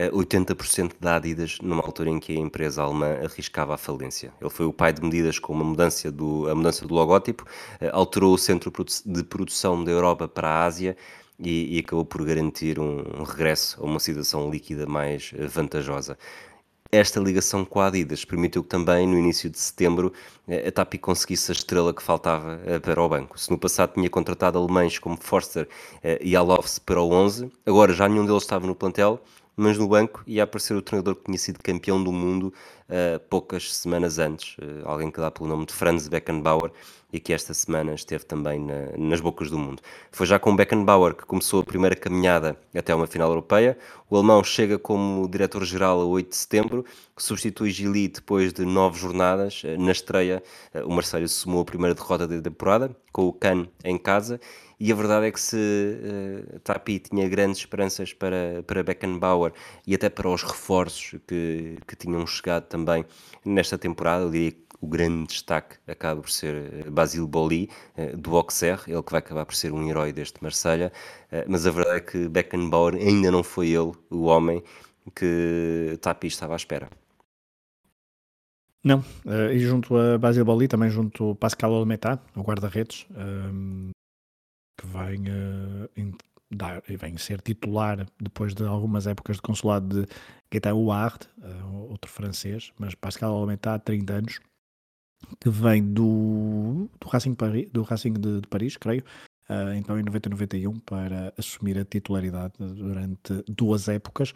80% da Adidas numa altura em que a empresa alemã arriscava a falência. Ele foi o pai de medidas como a mudança do logótipo, alterou o centro de produção da Europa para a Ásia e acabou por garantir um regresso a uma situação líquida mais vantajosa. Esta ligação com a Adidas permitiu que também, no início de setembro, a Tapie conseguisse a estrela que faltava para o banco. Se no passado tinha contratado alemães como Forster e Alofs para o 11, agora já nenhum deles estava no plantel, mas no banco ia aparecer o treinador que tinha sido campeão do mundo poucas semanas antes, alguém que dá pelo nome de Franz Beckenbauer, e que esta semana esteve também nas bocas do mundo. Foi já com Beckenbauer que começou a primeira caminhada até uma final europeia. O alemão chega como diretor-geral a 8 de setembro, que substitui Gilly depois de 9 jornadas. Na estreia, o Marselha somou a primeira derrota da temporada, com o Cannes em casa, e a verdade é que se Tapie tinha grandes esperanças para Beckenbauer e até para os reforços que tinham chegado também nesta temporada, eu diria que o grande destaque acaba por ser Basile Boli, do Auxerre, ele que vai acabar por ser um herói deste Marselha, mas a verdade é que Beckenbauer ainda não foi ele o homem que Tapie estava à espera. Não, e junto a Basile Boli, também junto a Pascal Olmeta, o guarda-redes, que vem e vem ser titular depois de algumas épocas de consulado de Gaëtan Huard, outro francês, mas Pascal Olometa há 30 anos, que vem do Racing, do Racing de Paris, creio, então em 90-91 para assumir a titularidade durante 2 épocas.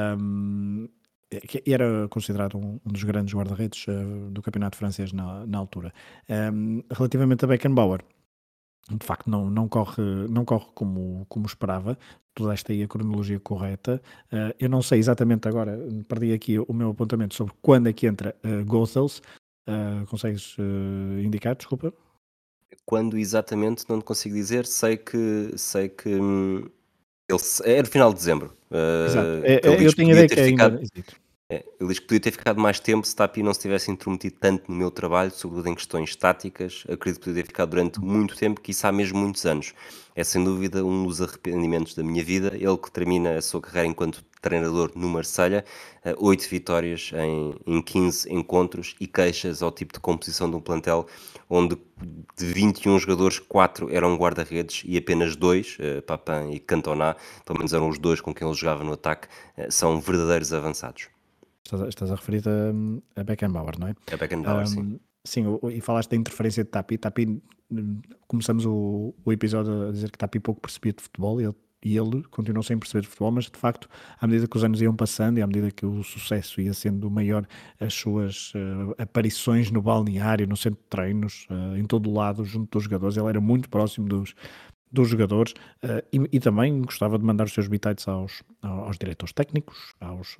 Que era considerado um dos grandes guarda-redes do campeonato francês na altura. Relativamente a Beckenbauer, de facto não corre como esperava. Tu deste aí a cronologia correta. Eu não sei exatamente agora, perdi aqui o meu apontamento sobre quando é que entra Goethals. Consegues indicar, desculpa? Quando exatamente não te consigo dizer, sei que é no final de dezembro, Exato. que ele Eu diz que tenho a podia ideia ter que é ainda. ficado. Exato. Ele diz que podia ter ficado mais tempo se Tapi não se tivesse intrometido tanto no meu trabalho, sobretudo em questões táticas. Acredito que podia ter ficado durante muito tempo, quiçá mesmo muitos anos. É sem dúvida um dos arrependimentos da minha vida. Ele que termina a sua carreira enquanto treinador no Marselha, 8 vitórias em 15 encontros e queixas ao tipo de composição de um plantel onde de 21 jogadores, 4 eram guarda-redes e apenas 2, Papin e Cantona, pelo menos eram os dois com quem ele jogava no ataque, são verdadeiros avançados. Estás a referir a Beckenbauer, não é? É Beckenbauer, sim. Sim, e falaste da interferência de Tapi. Tapi, começamos o episódio a dizer que Tapi pouco percebia de futebol e ele continuou sem perceber de futebol, mas de facto, à medida que os anos iam passando e à medida que o sucesso ia sendo maior, as suas aparições no balneário, no centro de treinos, em todo o lado, junto dos jogadores, ele era muito próximo dos jogadores, e também gostava de mandar os seus bitites aos diretores técnicos,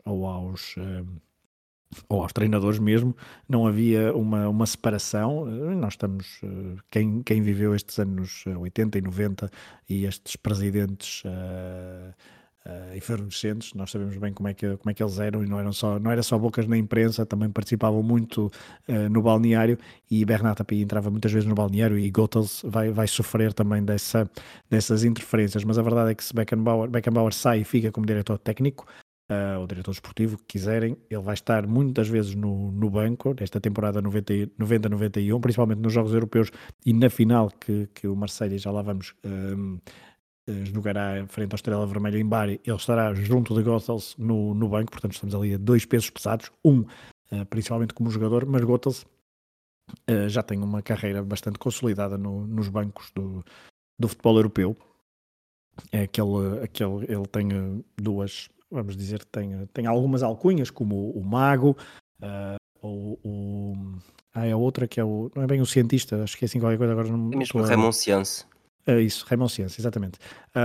ou aos treinadores mesmo. Não havia uma separação. Nós estamos, quem viveu estes anos 80 e 90 e estes presidentes efervescentes, nós sabemos bem como é que eles eram, e não era só bocas na imprensa, também participavam muito no balneário, e Bernat Tapie entrava muitas vezes no balneário, e Goethals vai sofrer também dessas interferências. Mas a verdade é que se Beckenbauer sai e fica como diretor técnico, ou diretor esportivo, que quiserem, ele vai estar muitas vezes no banco nesta temporada 90-91, principalmente nos jogos europeus e na final que o Marseille, já lá vamos, jogará frente ao Estrela Vermelha em Bari. Ele estará junto de Goethals no banco, portanto estamos ali a dois pesos pesados, principalmente como jogador, mas Goethals já tem uma carreira bastante consolidada nos bancos do futebol europeu. É ele tem duas, vamos dizer, tem algumas alcunhas, como o Mago, ou é a outra que não é bem o cientista, acho que é assim qualquer coisa, agora É não mesmo estou a. Raymond Ciance. Isso, Raymond Ciência, exatamente.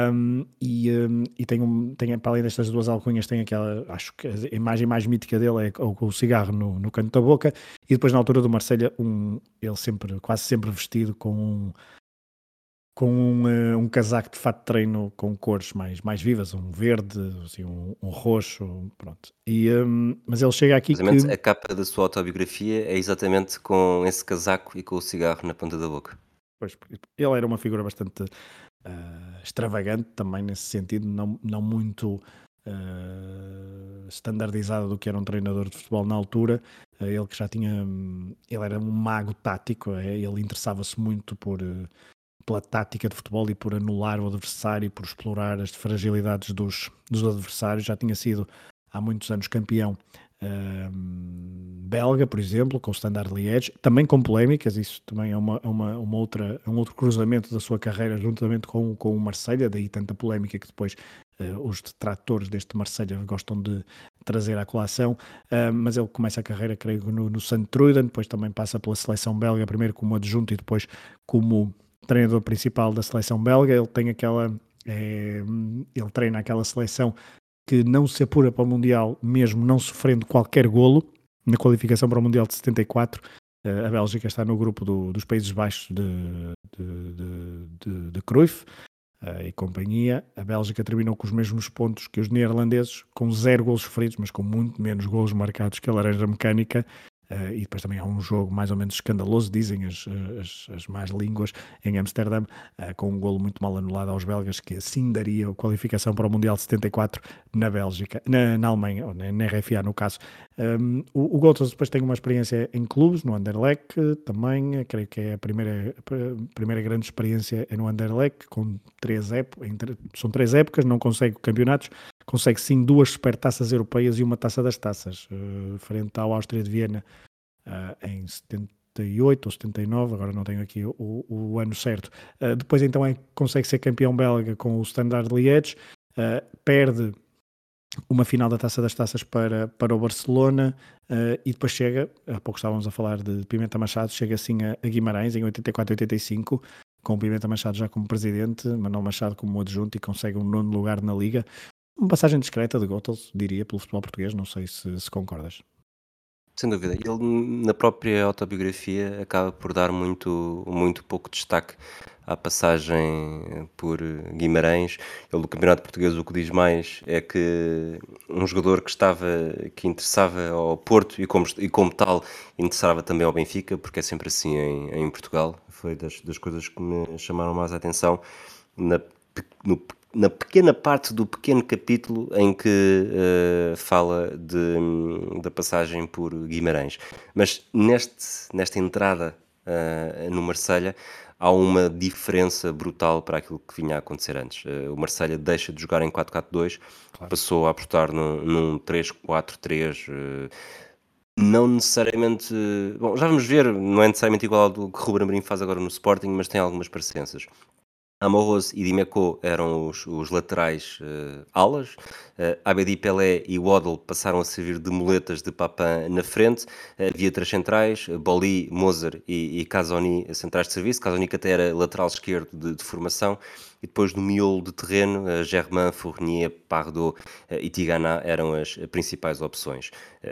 E tem, para além destas duas alcunhas, tem aquela, acho que a imagem mais mítica dele é o cigarro no canto da boca, e depois na altura do Marselha, ele quase sempre vestido com um casaco de fato de treino com cores mais vivas, um verde, assim, um roxo, pronto. Mas ele chega aqui que. Precisamente a capa da sua autobiografia é exatamente com esse casaco e com o cigarro na ponta da boca. Pois, ele era uma figura bastante extravagante também nesse sentido, não muito standardizada do que era um treinador de futebol na altura. Ele que já tinha, ele era um mago tático, ele interessava-se muito pela tática de futebol e por anular o adversário, por explorar as fragilidades dos adversários. Já tinha sido há muitos anos campeão belga, por exemplo, com o Standard Liège, também com polémicas. Isso também é um outro cruzamento da sua carreira juntamente com o Marselha, daí tanta polémica que depois os detratores deste Marselha gostam de trazer à colação. Mas ele começa a carreira, creio, no Sint-Truiden, depois também passa pela seleção belga, primeiro como adjunto e depois como treinador principal da seleção belga. Ele tem ele treina aquela seleção que não se apura para o Mundial, mesmo não sofrendo qualquer golo na qualificação para o Mundial de 74. A Bélgica está no grupo dos Países Baixos de Cruyff e companhia. A Bélgica terminou com os mesmos pontos que os neerlandeses, com 0 golos sofridos, mas com muito menos golos marcados que a Laranja Mecânica. e depois também há um jogo mais ou menos escandaloso, dizem as más línguas, em Amsterdã, com um golo muito mal anulado aos belgas, que assim daria a qualificação para o Mundial de 74 na Bélgica, na Alemanha, ou na RFA no caso. O Gotos depois tem uma experiência em clubes, no Anderlecht também, creio que é a primeira grande experiência é no Anderlecht, com são 3 épocas, não consegue campeonatos, consegue sim 2 supertaças europeias e uma taça das taças, frente ao Áustria de Viena, em 78 ou 79, agora não tenho aqui o ano certo. Depois então consegue ser campeão belga com o Standard Liège, perde uma final da Taça das Taças para o Barcelona, e depois chega, há pouco estávamos a falar de Pimenta Machado, chega assim a Guimarães em 84 e 85, com o Pimenta Machado já como presidente, Manuel Machado como adjunto, e consegue um 9º lugar na Liga. Uma passagem discreta de Gothels, diria, pelo futebol português, não sei se concordas. Sem dúvida. Ele, na própria autobiografia, acaba por dar muito pouco destaque à passagem por Guimarães. Ele, do Campeonato Português, o que diz mais é que um jogador que interessava ao Porto e como tal interessava também ao Benfica, porque é sempre assim em Portugal. Foi das coisas que me chamaram mais a atenção na, na pequena parte do pequeno capítulo em que fala da passagem por Guimarães. Mas nesta entrada no Marselha há uma diferença brutal para aquilo que vinha a acontecer antes. O Marselha deixa de jogar em 4-4-2, Claro. passou a apostar num 3-4-3, não necessariamente. Bom, já vamos ver, não é necessariamente igual ao do que Ruben Amorim faz agora no Sporting, mas tem algumas parecenças. Amorros e Dimeco eram os laterais alas, Abedi, Pelé e Waddle passaram a servir de muletas de Papin na frente, havia 3 centrais, Boli, Moser e Casoni centrais de serviço, Casoni que até era lateral esquerdo de formação, e depois no miolo de terreno, Germain, Fournier, Pardo e Tigana eram as principais opções.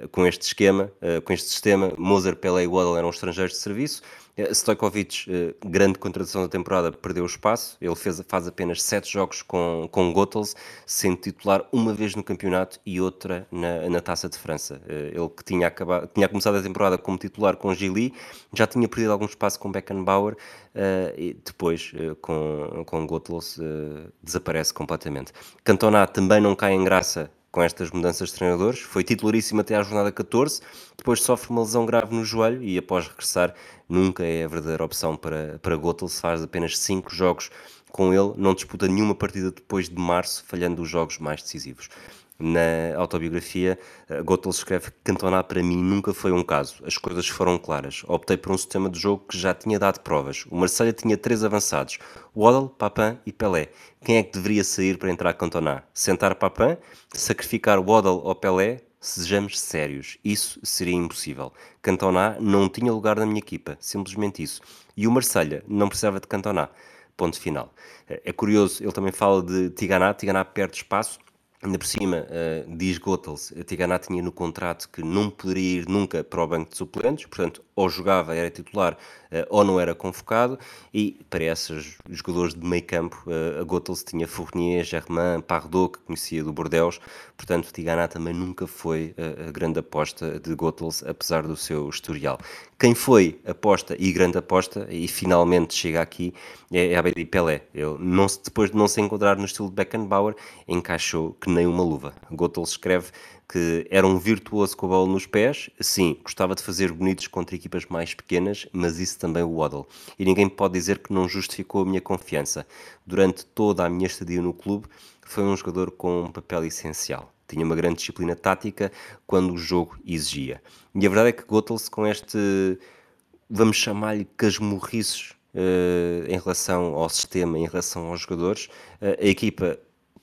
Com este sistema, Moser, Pelé e Waddle eram estrangeiros de serviço. Stojkovic, grande contratação da temporada, perdeu o espaço. Ele faz apenas 7 jogos com Gothels, sendo titular uma vez no campeonato e outra na Taça de França. Ele que tinha começado a temporada como titular com Gili, já tinha perdido algum espaço com Beckenbauer, e depois com Gothels desaparece completamente. Cantona também não cai em graça com estas mudanças de treinadores, foi titularíssimo até à jornada 14, depois sofre uma lesão grave no joelho e após regressar nunca é a verdadeira opção para Gothels, faz apenas 5 jogos com ele, não disputa nenhuma partida depois de março, falhando os jogos mais decisivos. Na autobiografia, Gothels escreve que Cantona para mim nunca foi um caso, as coisas foram claras, optei por um sistema de jogo que já tinha dado provas, o Marselha tinha 3 avançados, Waddle, Papin e Pelé. Quem é que deveria sair para entrar Cantona? Sentar Papin? Sacrificar Waddle ou Pelé? Sejamos sérios, isso seria impossível. Cantona não tinha lugar na minha equipa, simplesmente isso. E o Marselha não precisava de Cantona. Ponto final. É curioso, ele também fala de Tigana perde espaço. Ainda por cima, diz Gothels, a Tigana tinha no contrato que não poderia ir nunca para o banco de suplentes, portanto, ou jogava, era titular, ou não era convocado, e para esses jogadores de meio campo, a Gothels tinha Fournier, Germain, Pardo, que conhecia do Bordeaux, portanto, Tigana também nunca foi a grande aposta de Gothels, apesar do seu historial. Quem foi aposta e grande aposta, e finalmente chega aqui, é Abedi Pelé. Depois de não se enquadrar no estilo de Beckenbauer, encaixou que nem uma luva. Gothels escreve que era um virtuoso com a bola nos pés, sim, gostava de fazer bonitos contra equipas mais pequenas, mas isso também o Waddle. E ninguém pode dizer que não justificou a minha confiança. Durante toda a minha estadia no clube, foi um jogador com um papel essencial. Tinha uma grande disciplina tática quando o jogo exigia. E a verdade é que Gothels, com este, vamos chamar-lhe casmurriços, em relação ao sistema, em relação aos jogadores, a equipa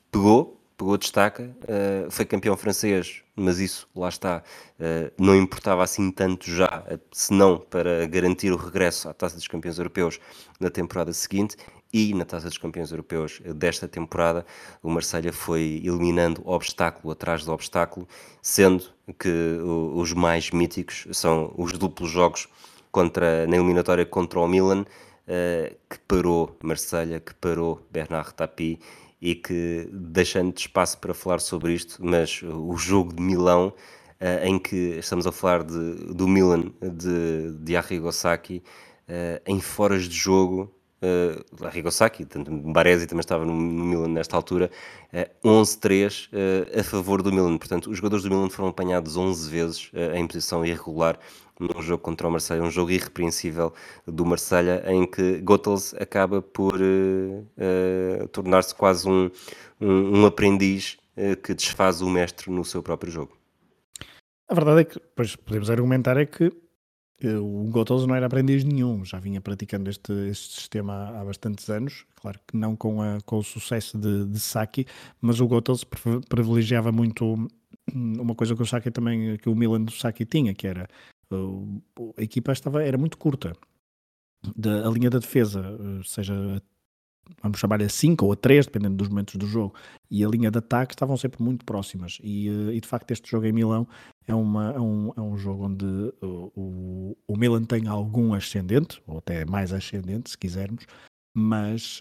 pegou destaca, foi campeão francês, mas isso, lá está, não importava assim tanto já, senão para garantir o regresso à Taça dos Campeões Europeus na temporada seguinte, e na Taça dos Campeões Europeus desta temporada, o Marselha foi eliminando obstáculo atrás de obstáculo, sendo que os mais míticos são os duplos jogos na eliminatória contra o Milan, que parou Marselha, que parou Bernard Tapie, e que, deixando de espaço para falar sobre isto, mas o jogo de Milão em que estamos a falar do Milan de Arrigo Sacchi, em foras de jogo, Arrigo Sacchi, tanto Baresi também estava no Milan nesta altura, 11-3 a favor do Milan. Portanto, os jogadores do Milan foram apanhados 11 vezes em posição irregular num jogo contra o Marselha, um jogo irrepreensível do Marselha, em que Götze acaba por tornar-se quase um aprendiz que desfaz o mestre no seu próprio jogo. A verdade é que, pois, podemos argumentar é que o Götze não era aprendiz nenhum, já vinha praticando este sistema há bastantes anos, claro que não com o sucesso de Sacchi, mas o Götze privilegiava muito uma coisa que o Sacchi também, que o Milan do Sacchi tinha, que era a equipa era muito curta, a linha da defesa, seja vamos chamar-lhe a 5 ou a 3, dependendo dos momentos do jogo, e a linha de ataque estavam sempre muito próximas. E de facto, este jogo em Milão é um jogo onde o Milan tem algum ascendente, ou até mais ascendente, se quisermos, mas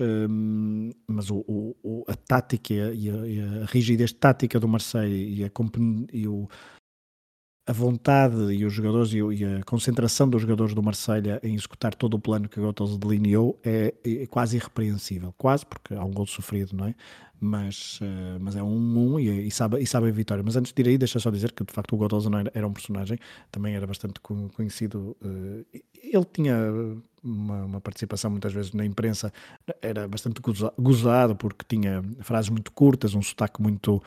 a tática e a rigidez tática do Marseille a vontade e os jogadores e a concentração dos jogadores do Marselha em executar todo o plano que o Götze delineou é quase irrepreensível. Quase, porque há um gol sofrido, não é? Mas é um 1 e sabe a vitória. Mas antes de ir aí, deixa só dizer que de facto o Götze não era um personagem, também era bastante conhecido. Ele tinha uma participação muitas vezes na imprensa, era bastante gozado porque tinha frases muito curtas, um sotaque muito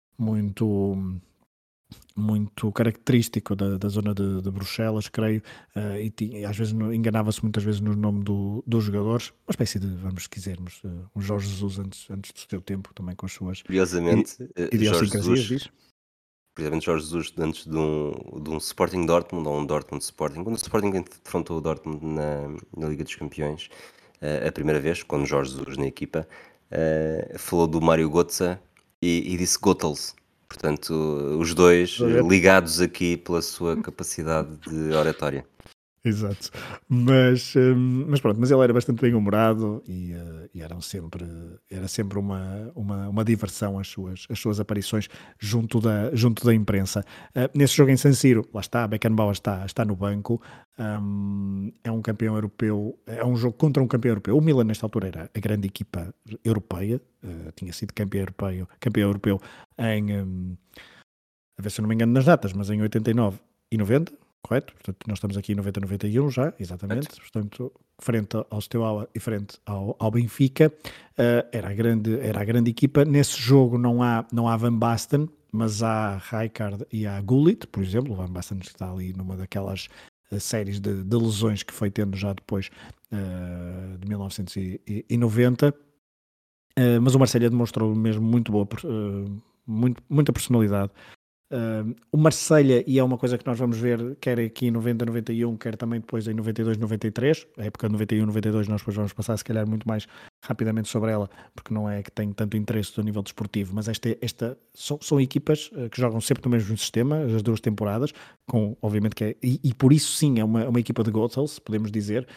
característico da zona de Bruxelas, creio, e às vezes enganava-se muitas vezes no nome dos jogadores, uma espécie de, vamos se quisermos, um Jorge Jesus antes do seu tempo, também com as suas Curiosamente, idiosincrasias, diz? Jorge Jesus, antes de um Sporting Dortmund ou um Dortmund Sporting, quando o Sporting defrontou o Dortmund na Liga dos Campeões, a primeira vez, quando Jorge Jesus na equipa, falou do Mário Götze e disse Götze. Portanto, os dois ligados aqui pela sua capacidade de oratória. Exato, mas pronto, mas ele era bastante bem humorado e era sempre uma diversão as suas aparições junto da imprensa. Nesse jogo em San Siro, lá está, Beckenbauer está no banco, é um campeão europeu, é um jogo contra um campeão europeu. O Milan nesta altura era a grande equipa europeia, tinha sido campeão europeu em, a ver se eu não me engano nas datas, mas em 89 e 90. Correto? Portanto, nós estamos aqui em 90, 91 já, exatamente. Correto. Portanto, frente ao Steaua e frente ao Benfica, era a grande equipa. Nesse jogo não há Van Basten, mas há Rijkaard e há Gullit, por exemplo. O Van Basten está ali numa daquelas séries de lesões que foi tendo já depois de 1990. Mas o Marselha demonstrou mesmo muito boa, muita personalidade. O Marselha, e é uma coisa que nós vamos ver quer aqui em 90, 91, quer também depois em 92, 93, a época de 91, 92 nós depois vamos passar se calhar muito mais rapidamente sobre ela, porque não é que tem tanto interesse do nível desportivo, mas são equipas que jogam sempre no mesmo sistema, as 2 temporadas, com, obviamente que é, e por isso sim é uma equipa de Götze, podemos dizer,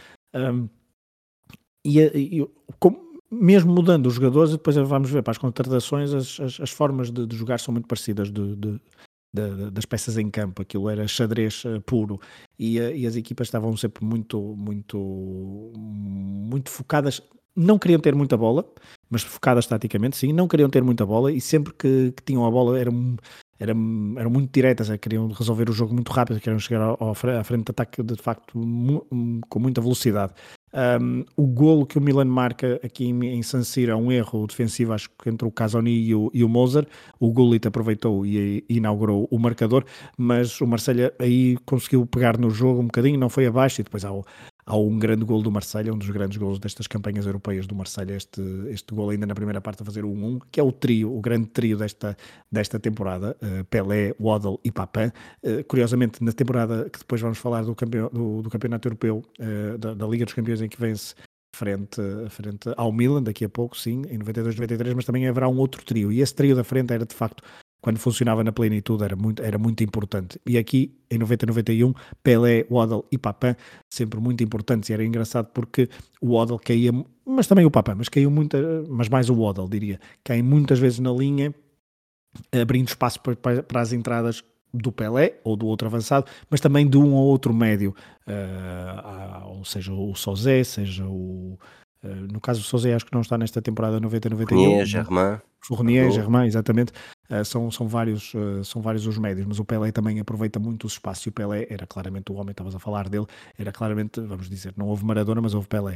mesmo mudando os jogadores, depois vamos ver para as contratações, as formas de jogar são muito parecidas das peças em campo. Aquilo era xadrez puro e as equipas estavam sempre muito, muito, muito focadas. Não queriam ter muita bola, mas focadas taticamente, sim. Não queriam ter muita bola e sempre que tinham a bola eram muito diretas, queriam resolver o jogo muito rápido, queriam chegar à frente de ataque de facto com muita velocidade. O golo que o Milan marca aqui em San Siro é um erro defensivo, acho que entre o Casoni e o Moser. O Gullit aproveitou e inaugurou o marcador, mas o Marselha aí conseguiu pegar no jogo um bocadinho, não foi abaixo, e depois há um grande golo do Marselha, um dos grandes golos destas campanhas europeias do Marselha, este golo ainda na primeira parte a fazer o 1-1, que é o grande trio desta temporada, Pelé, Waddle e Papin. Curiosamente, na temporada que depois vamos falar do campeonato europeu, da Liga dos Campeões, em que vence frente ao Milan, daqui a pouco, sim, em 92, 93, mas também haverá um outro trio, e esse trio da frente era de facto, quando funcionava na plenitude, era muito importante. E aqui, em 90, 91, Pelé, Waddle e Papin, sempre muito importantes, e era engraçado porque o Waddle caía, mas também o Papin, mas mais o Waddle, diria, cai muitas vezes na linha, abrindo espaço para as entradas do Pelé ou do outro avançado, mas também de um ou outro médio, ou seja, o Sosé, seja no caso o Sosé acho que não está nesta temporada 90-91, Fournier, Germain, Fournier, Arnaud. Germain, exatamente, são vários os médios, mas o Pelé também aproveita muito o espaço e o Pelé era claramente o homem, estavas a falar dele, era claramente, vamos dizer, não houve Maradona, mas houve Pelé.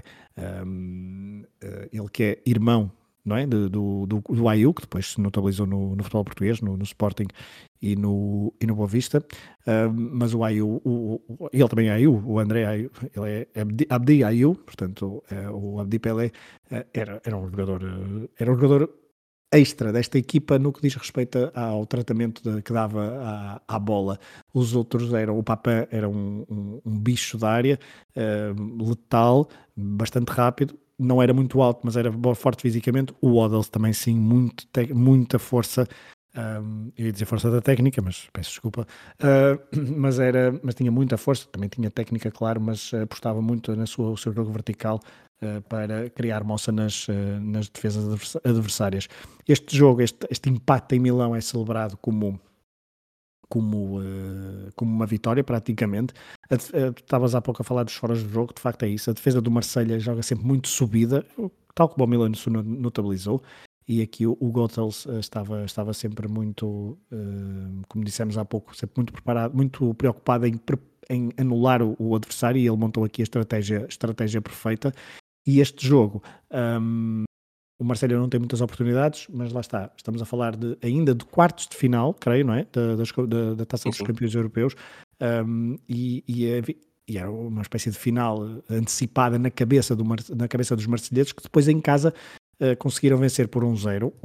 Ele que é irmão, não é? Do Ayew, que depois se notabilizou no futebol português, no Sporting e no Boa Vista. Mas o Ayew, ele também é Ayew, o André Ayew, ele é Abdi Ayew, portanto, o Abdi Pelé era um jogador extra desta equipa no que diz respeito ao tratamento que dava à bola. Os outros eram, o Papin era um bicho da área, letal, bastante rápido, não era muito alto, mas era forte fisicamente. O Waddles também sim, muita força. Eu ia dizer força da técnica, mas peço desculpa. Mas tinha muita força, também tinha técnica, claro, mas apostava muito o seu jogo vertical para criar moça nas defesas adversárias. Este jogo, este empate em Milão é celebrado como uma vitória praticamente. Estavas há pouco a falar dos foras do jogo, de facto é isso. A defesa do Marselha joga sempre muito subida, tal como o Milan se notabilizou, e aqui o Gotels estava sempre muito, como dissemos há pouco, sempre muito preparado, muito preocupado em anular o adversário, e ele montou aqui a estratégia perfeita. E este jogo, o Marselha não tem muitas oportunidades, mas lá está, estamos a falar ainda de quartos de final, creio, não é? Da Taça Sim, dos sim. Campeões Europeus, e era uma espécie de final antecipada na cabeça dos marselheses, que depois em casa conseguiram vencer por 1-0,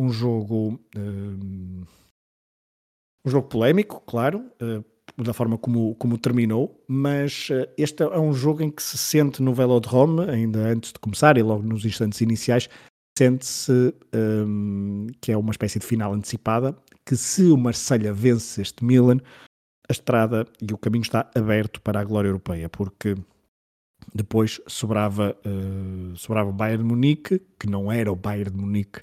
um jogo polémico, claro, da forma como terminou, mas este é um jogo em que se sente no Velodrome, ainda antes de começar e logo nos instantes iniciais, sente-se que é uma espécie de final antecipada, que se o Marselha vence este Milan, a estrada e o caminho está aberto para a glória europeia, porque depois sobrava o Bayern de Munique, que não era o Bayern de Munique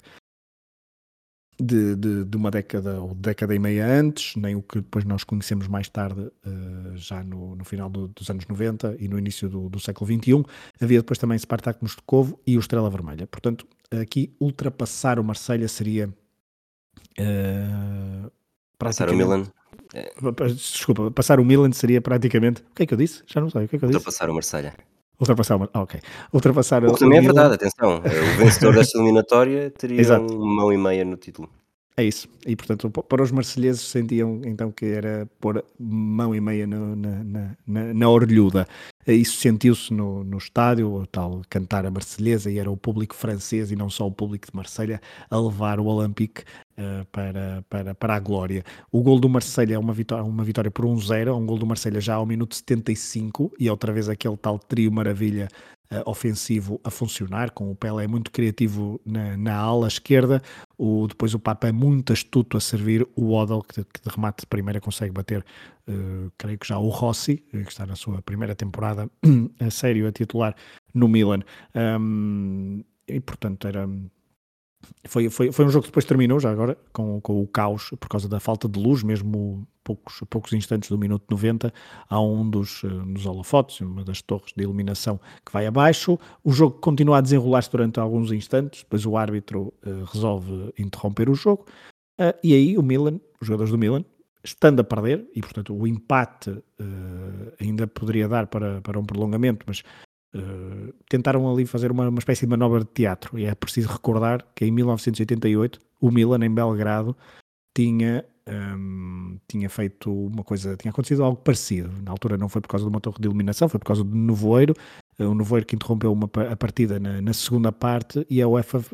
de uma década ou década e meia antes, nem o que depois nós conhecemos mais tarde, já no final dos anos 90 e no início do século XXI. Havia depois também Spartak Moscovo e o Estrela Vermelha. Portanto, aqui ultrapassar o Marselha seria Passar o praticamente... Milan, é Desculpa, passar o Milan seria praticamente... O que é que eu disse? Já não sei, o que é que eu disse? ultrapassar o Marselha. Ultrapassar ok. Ultrapassar O que o também é Milan... verdade, atenção, o vencedor desta eliminatória teria Exato. mão e meia no título. É isso. E, portanto, para os marselheses sentiam então que era pôr mão e meia na orelhuda. Isso sentiu-se no estádio, o tal cantar a marselhesa, e era o público francês e não só o público de Marselha a levar o Olympique para a glória. O gol do Marselha é uma vitória por 1-0, um gol do Marselha já ao minuto 75, e outra vez aquele tal trio maravilha ofensivo a funcionar, com o Pelé muito criativo na ala esquerda, depois o Papa é muito astuto a servir, o Waddle que de remate de primeira consegue bater, creio que já o Rossi, que está na sua primeira temporada a sério, a titular no Milan. E portanto foi um jogo que depois terminou já agora com o caos por causa da falta de luz, mesmo poucos instantes do minuto 90 há um dos holofotes, uma das torres de iluminação que vai abaixo. O jogo continua a desenrolar-se durante alguns instantes, depois o árbitro resolve interromper o jogo, e aí os jogadores do Milan, estando a perder, e portanto o empate ainda poderia dar para um prolongamento, mas tentaram ali fazer uma espécie de manobra de teatro, e é preciso recordar que em 1988 o Milan em Belgrado tinha feito uma coisa, tinha acontecido algo parecido. Na altura não foi por causa de uma torre de iluminação, foi por causa do nevoeiro, o nevoeiro que interrompeu a partida na segunda parte, e a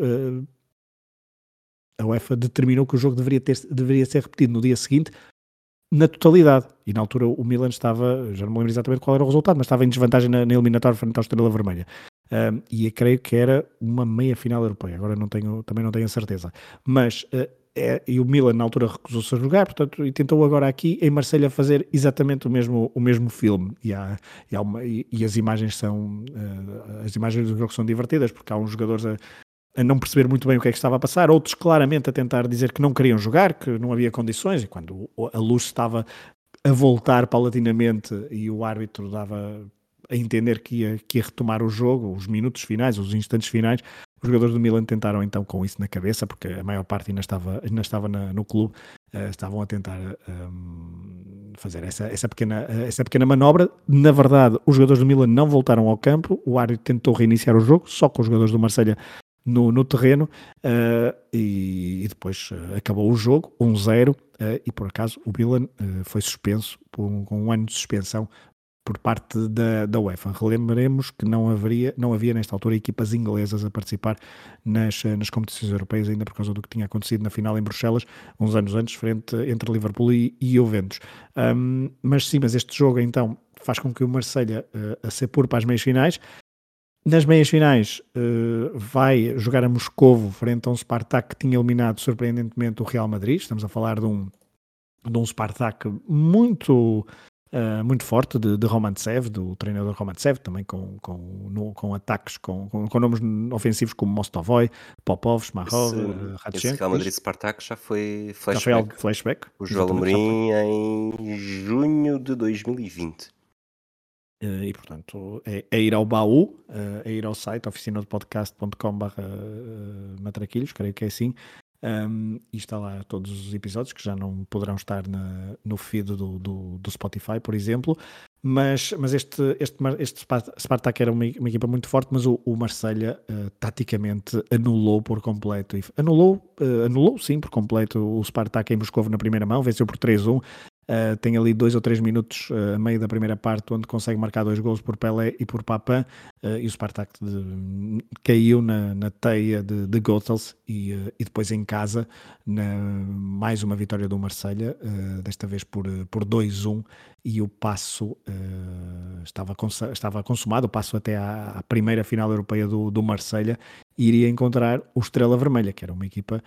UEFA determinou que o jogo deveria ser repetido no dia seguinte na totalidade, e na altura o Milan estava, já não me lembro exatamente qual era o resultado, mas estava em desvantagem na eliminatória frente ao Estrela Vermelha, e eu creio que era uma meia final europeia, agora também não tenho a certeza, mas e o Milan na altura recusou-se a jogar, portanto, e tentou agora aqui em Marselha fazer exatamente o mesmo filme, e as imagens do jogo são divertidas, porque há uns jogadores a não perceber muito bem o que é que estava a passar, outros claramente a tentar dizer que não queriam jogar, que não havia condições, e quando a luz estava a voltar paulatinamente e o árbitro dava a entender que ia retomar o jogo, os minutos finais, os instantes finais. Os jogadores do Milan tentaram então com isso na cabeça, porque a maior parte ainda estava no clube, estavam a tentar fazer essa pequena manobra. Na verdade, os jogadores do Milan não voltaram ao campo, o árbitro tentou reiniciar o jogo, só com os jogadores do Marselha no terreno, e depois acabou o jogo, 1-0, e por acaso o Milan foi suspenso com um ano de suspensão por parte da UEFA. Relembremos que não havia nesta altura equipas inglesas a participar nas competições europeias, ainda por causa do que tinha acontecido na final em Bruxelas, uns anos antes, entre Liverpool e Juventus. Mas este jogo então faz com que o Marselha se apure para as meias finais. Nas meias finais vai jogar a Moscovo frente a um Spartak que tinha eliminado surpreendentemente o Real Madrid. Estamos a falar de um Spartak muito forte de Romantsev, do treinador Romantsev, também com ataques com nomes ofensivos como Mostovoy, Popov, Shmarov, Esse Radchenko. Real Madrid-Spartak já foi Já foi algo flashback. flashback. O João Amorim em junho de 2020. E portanto é ir ao baú, é ir ao site oficinadepodcast.com/matraquilhos, creio que é assim, e está lá todos os episódios que já não poderão estar no feed do Spotify, por exemplo, mas este Spartak era uma equipa muito forte, mas o Marselha taticamente anulou por completo, anulou sim por completo o Spartak em Moscovo na primeira mão, venceu por 3-1. Tem ali 2 ou 3 minutos a meio da primeira parte onde consegue marcar 2 golos por Pelé e por Papin, e o Spartak caiu na teia de Gotels, e depois em casa mais uma vitória do Marselha, desta vez por 2-1, e o passo estava consumado, o passo até à primeira final europeia do Marselha, e iria encontrar o Estrela Vermelha, que era uma equipa,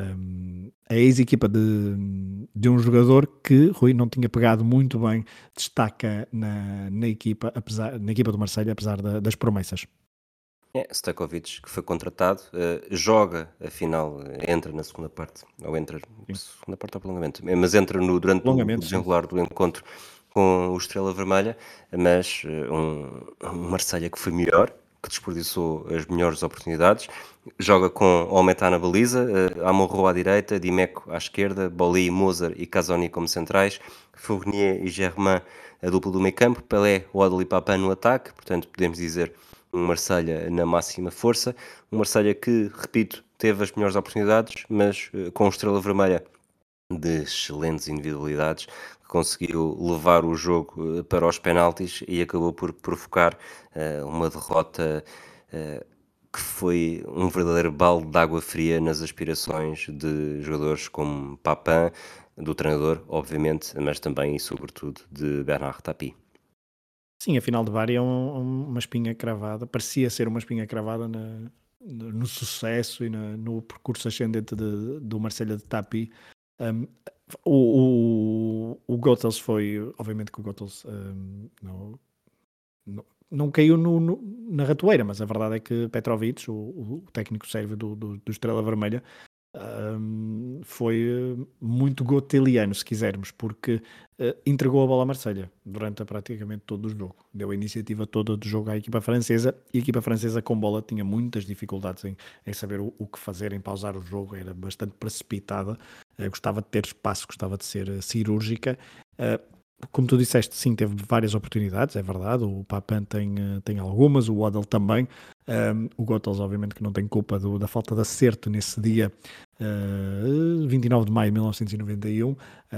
a ex-equipa de um jogador que Rui não tinha pegado muito bem, destaca na equipa do Marselha, apesar das promessas. Stojkovic, que foi contratado, joga a final, entra na segunda parte, ou entra na segunda parte ao prolongamento, mas entra durante o desenrolar do encontro com o Estrela Vermelha, mas um Marselha que foi melhor, que desperdiçou as melhores oportunidades, joga com Olmetá na baliza, Amorro à direita, Dimeco à esquerda, Boli, Moser e Casoni como centrais, Fournier e Germain a dupla do meio campo, Pelé, Odell e Papin no ataque, portanto podemos dizer um Marselha na máxima força, um Marselha que, repito, teve as melhores oportunidades, mas com Estrela Vermelha de excelentes individualidades, que conseguiu levar o jogo para os penaltis e acabou por provocar uma derrota que foi um verdadeiro balde de água fria nas aspirações de jogadores como Papin, do treinador, obviamente, mas também e sobretudo de Bernard Tapie. Sim, a final de Bari é uma espinha cravada, parecia ser uma espinha cravada no sucesso e no percurso ascendente do Marselha de Tapie. O Gotels foi, obviamente que o Gotels não caiu na ratoeira, mas a verdade é que Petrovic, o técnico sérvio do Estrela Vermelha, foi muito goteliano, se quisermos, porque entregou a bola à Marselha durante praticamente todo o jogo. Deu a iniciativa toda do jogo à equipa francesa, e a equipa francesa com bola tinha muitas dificuldades em saber o que fazer, em pausar o jogo, era bastante precipitada, gostava de ter espaço, gostava de ser cirúrgica. Como tu disseste, sim, teve várias oportunidades, é verdade. O Papin tem algumas, o Odell também. O Gotels, obviamente, que não tem culpa da falta de acerto nesse dia, 29 de maio de 1991,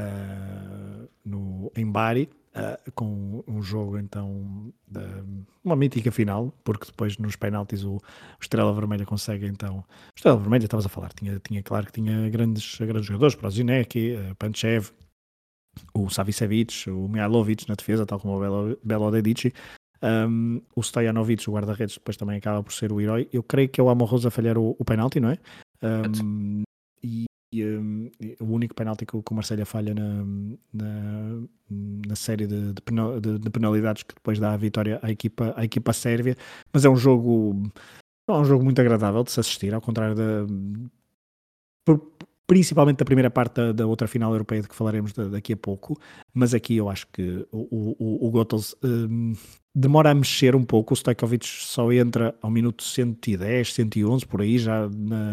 em Bari, com um jogo, então, uma mítica final, porque depois nos penaltis o Estrela Vermelha consegue, então. O Estrela Vermelha, estavas a falar, tinha claro que tinha grandes jogadores, Prozinecki, Panchev, o Savicevic, o Mihailovic na defesa, tal como o Belo Dedici. O Stojanovic, o guarda-redes, depois também acaba por ser o herói. Eu creio que é o Amorroso a falhar o penalti, não é? E o único penalti que o Marselha falha na série de penalidades que depois dá a vitória à equipa sérvia. Mas é um jogo, não é um jogo muito agradável de se assistir, ao contrário principalmente da primeira parte da outra final europeia de que falaremos daqui a pouco, mas aqui eu acho que o Götze demora a mexer um pouco. O Stojkovic só entra ao minuto 110, 111, por aí, já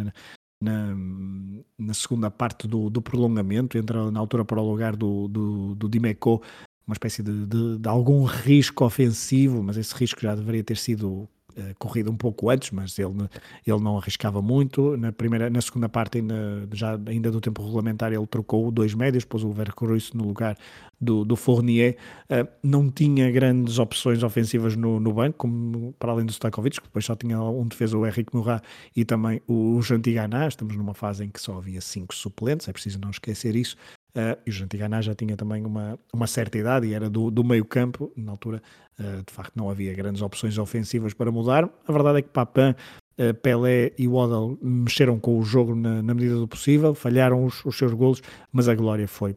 na segunda parte do prolongamento, entra na altura para o lugar do Dimeco, uma espécie de algum risco ofensivo, mas esse risco já deveria ter sido corrido um pouco antes, mas ele não arriscava muito. Na segunda parte, ainda do tempo regulamentar, ele trocou 2 médios, pôs o Vercruysse no lugar do Fournier. Não tinha grandes opções ofensivas no banco, como para além do Stojkovic, que depois só tinha um defesa, o Henrique Moura, e também o Jantigana. Estamos numa fase em que só havia 5 suplentes, é preciso não esquecer isso. E o Jantigana já tinha também uma certa idade e era do meio campo. Na altura, de facto, não havia grandes opções ofensivas para mudar. A verdade é que Papin, Pelé e Waddle mexeram com o jogo na medida do possível, falharam os seus golos, mas a glória foi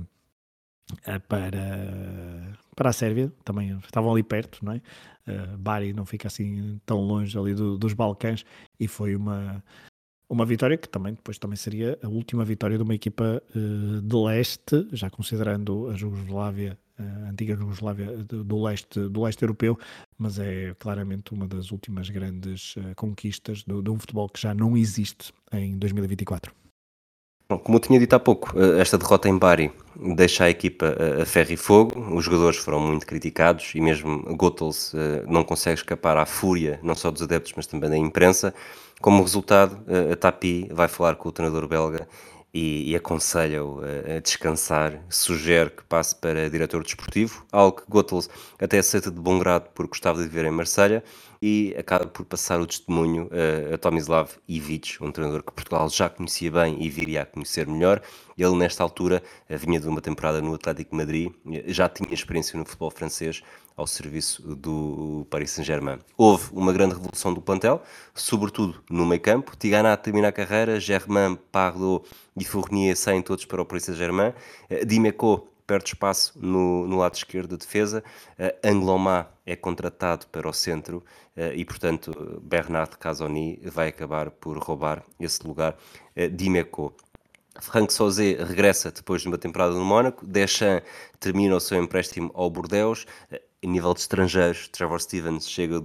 para a Sérvia. Também estavam ali perto, não é? Bari não fica assim tão longe ali dos Balcãs, e foi uma vitória que depois seria a última vitória de uma equipa de leste, já considerando a Jugoslávia, a antiga Jugoslávia do leste europeu, mas é claramente uma das últimas grandes conquistas de um futebol que já não existe em 2024. Bom, como eu tinha dito há pouco, esta derrota em Bari deixa a equipa a ferro e fogo. Os jogadores foram muito criticados e mesmo Götze não consegue escapar à fúria, não só dos adeptos, mas também da imprensa. Como resultado, a Tapi vai falar com o treinador belga e aconselha-o a descansar, sugere que passe para diretor desportivo, algo que Götze até aceita de bom grado porque gostava de viver em Marselha, e acaba por passar o testemunho a Tomislav Ivic, um treinador que Portugal já conhecia bem e viria a conhecer melhor. Ele, nesta altura, vinha de uma temporada no Atlético de Madrid, já tinha experiência no futebol francês ao serviço do Paris Saint-Germain. Houve uma grande revolução do plantel, sobretudo no meio-campo. Tigana termina a carreira, Germain, Pardo e Fournier saem todos para o Paris Saint-Germain. Dimeco perde espaço no lado esquerdo da defesa. Angloma é contratado para o centro e, portanto, Bernard Casoni vai acabar por roubar esse lugar. Dimeco. Franck Sauzé regressa depois de uma temporada no Mónaco. Deschamps termina o seu empréstimo ao Bordeaux. A nível de estrangeiros, Trevor Steven chega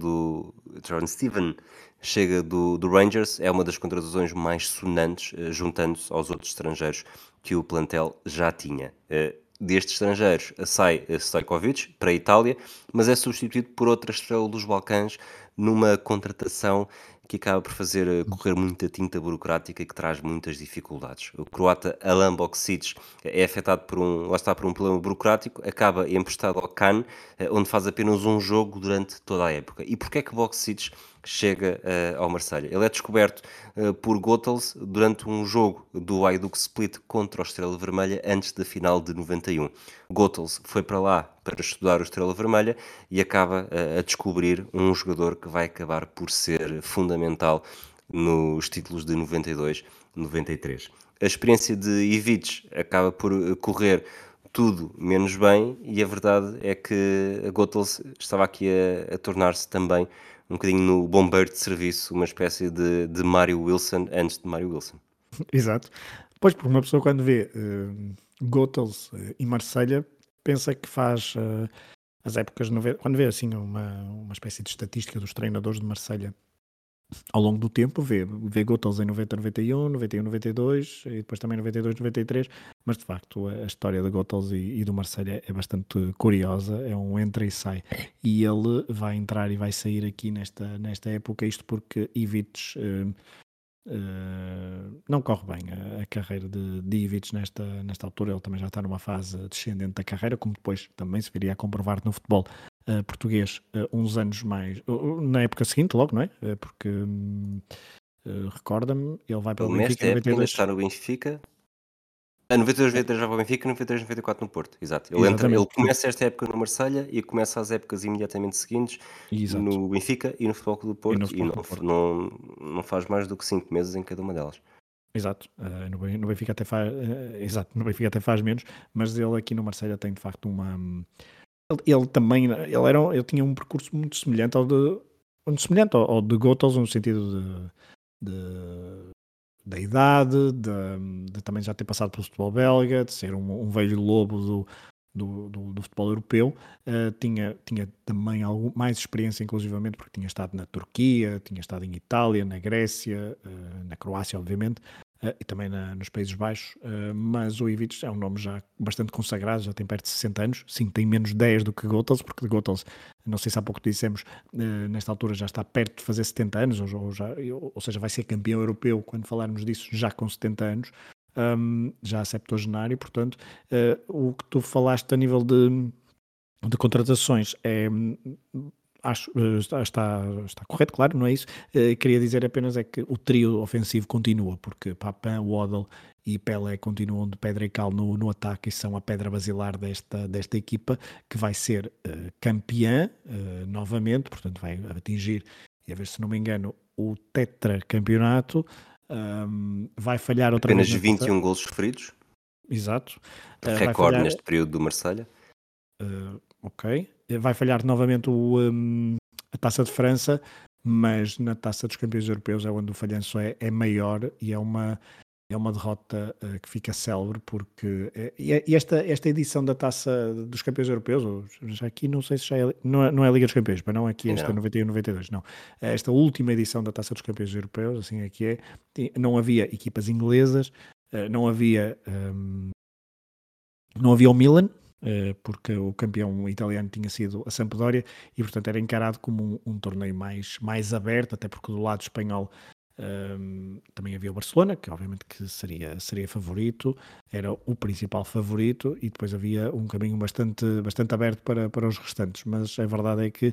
do Rangers. É uma das contratações mais sonantes, juntando-se aos outros estrangeiros que o plantel já tinha. Destes estrangeiros sai Stojkovic para a Itália, mas é substituído por outra estrela dos Balcãs numa contratação que acaba por fazer correr muita tinta burocrática e que traz muitas dificuldades. O croata Alan Boksic é afetado por um problema burocrático, acaba emprestado ao Cannes, onde faz apenas um jogo durante toda a época. E porquê é que Boksic chega ao Marselha? Ele é descoberto por Götze durante um jogo do Hajduk Split contra o Estrela Vermelha antes da final de 91. Götze foi para lá para estudar o Estrela Vermelha e acaba a descobrir um jogador que vai acabar por ser fundamental nos títulos de 92-93. A experiência de Ivic acaba por correr tudo menos bem, e a verdade é que a Götze estava aqui a tornar-se também um bocadinho no bombeiro de serviço, uma espécie de Mário Wilson antes de Mário Wilson. Exato. Pois, porque uma pessoa quando vê Götze e Marselha pensa que faz as épocas 90, quando vê assim uma espécie de estatística dos treinadores de Marselha ao longo do tempo, vê Götze em 90, 91, 91, 92 e depois também 92, 93, mas de facto a história de Götze e do Marselha é bastante curiosa, é um entra e sai, e ele vai entrar e vai sair aqui nesta época, isto porque Ivic não corre bem a carreira de Ivic nesta altura. Ele também já está numa fase descendente da carreira, como depois também se viria a comprovar no futebol português uns anos mais, na época seguinte logo, não é? Porque recorda-me, ele vai para o Ele Benfica nesta em época ainda 92. está no Benfica. 92, 93 já para o Benfica, 93, 94 no Porto, exato. Ele Exatamente, começa esta época no Marselha e começa as épocas imediatamente seguintes exato, no Benfica e no Futebol Clube do e no Porto, e Futebol Clube do Porto. não faz mais do que 5 meses em cada uma delas. Exato, no Benfica até faz, exato, no Benfica até faz menos, mas ele aqui no Marselha tem de facto ele também, ele tinha um percurso muito semelhante ao de Götze, no sentido de da idade, de também já ter passado pelo futebol belga, de ser um velho lobo do futebol europeu. Tinha também mais experiência, inclusivamente, porque tinha estado na Turquia, tinha estado em Itália, na Grécia, na Croácia, obviamente, e também nos Países Baixos. Mas o Ivic é um nome já bastante consagrado, já tem perto de 60 anos. Sim, tem menos 10 do que Gotels, porque Gotels, não sei se há pouco dissemos, nesta altura já está perto de fazer 70 anos, ou seja, vai ser campeão europeu quando falarmos disso, já com 70 anos. Já septuagenário, portanto, o que tu falaste a nível de contratações acho, está correto, claro, não é isso. Queria dizer apenas é que o trio ofensivo continua, porque Papin, Waddle e Pelé continuam de pedra e cal no ataque e são a pedra basilar desta equipa, que vai ser campeã novamente, portanto vai atingir, e a ver se não me engano, o tetracampeonato. Vai falhar outra vez Apenas na taça. 21 golos sofridos, Exato. Vai recorde falhar, neste período do Marselha. ok. Vai falhar novamente a Taça de França, mas na Taça dos Campeões Europeus é onde o falhanço é maior e é uma derrota que fica célebre, porque e esta edição da Taça dos Campeões Europeus, já aqui não sei se já é, não é a Liga dos Campeões, mas não aqui Ainda esta não. 91-92, não. Esta última edição da Taça dos Campeões Europeus, assim aqui é, não havia equipas inglesas, não havia o Milan, porque o campeão italiano tinha sido a Sampdoria e, portanto, era encarado como um torneio mais aberto, até porque do lado espanhol também havia o Barcelona, que obviamente que seria favorito, era o principal favorito, e depois havia um caminho bastante aberto para os restantes. Mas a verdade é que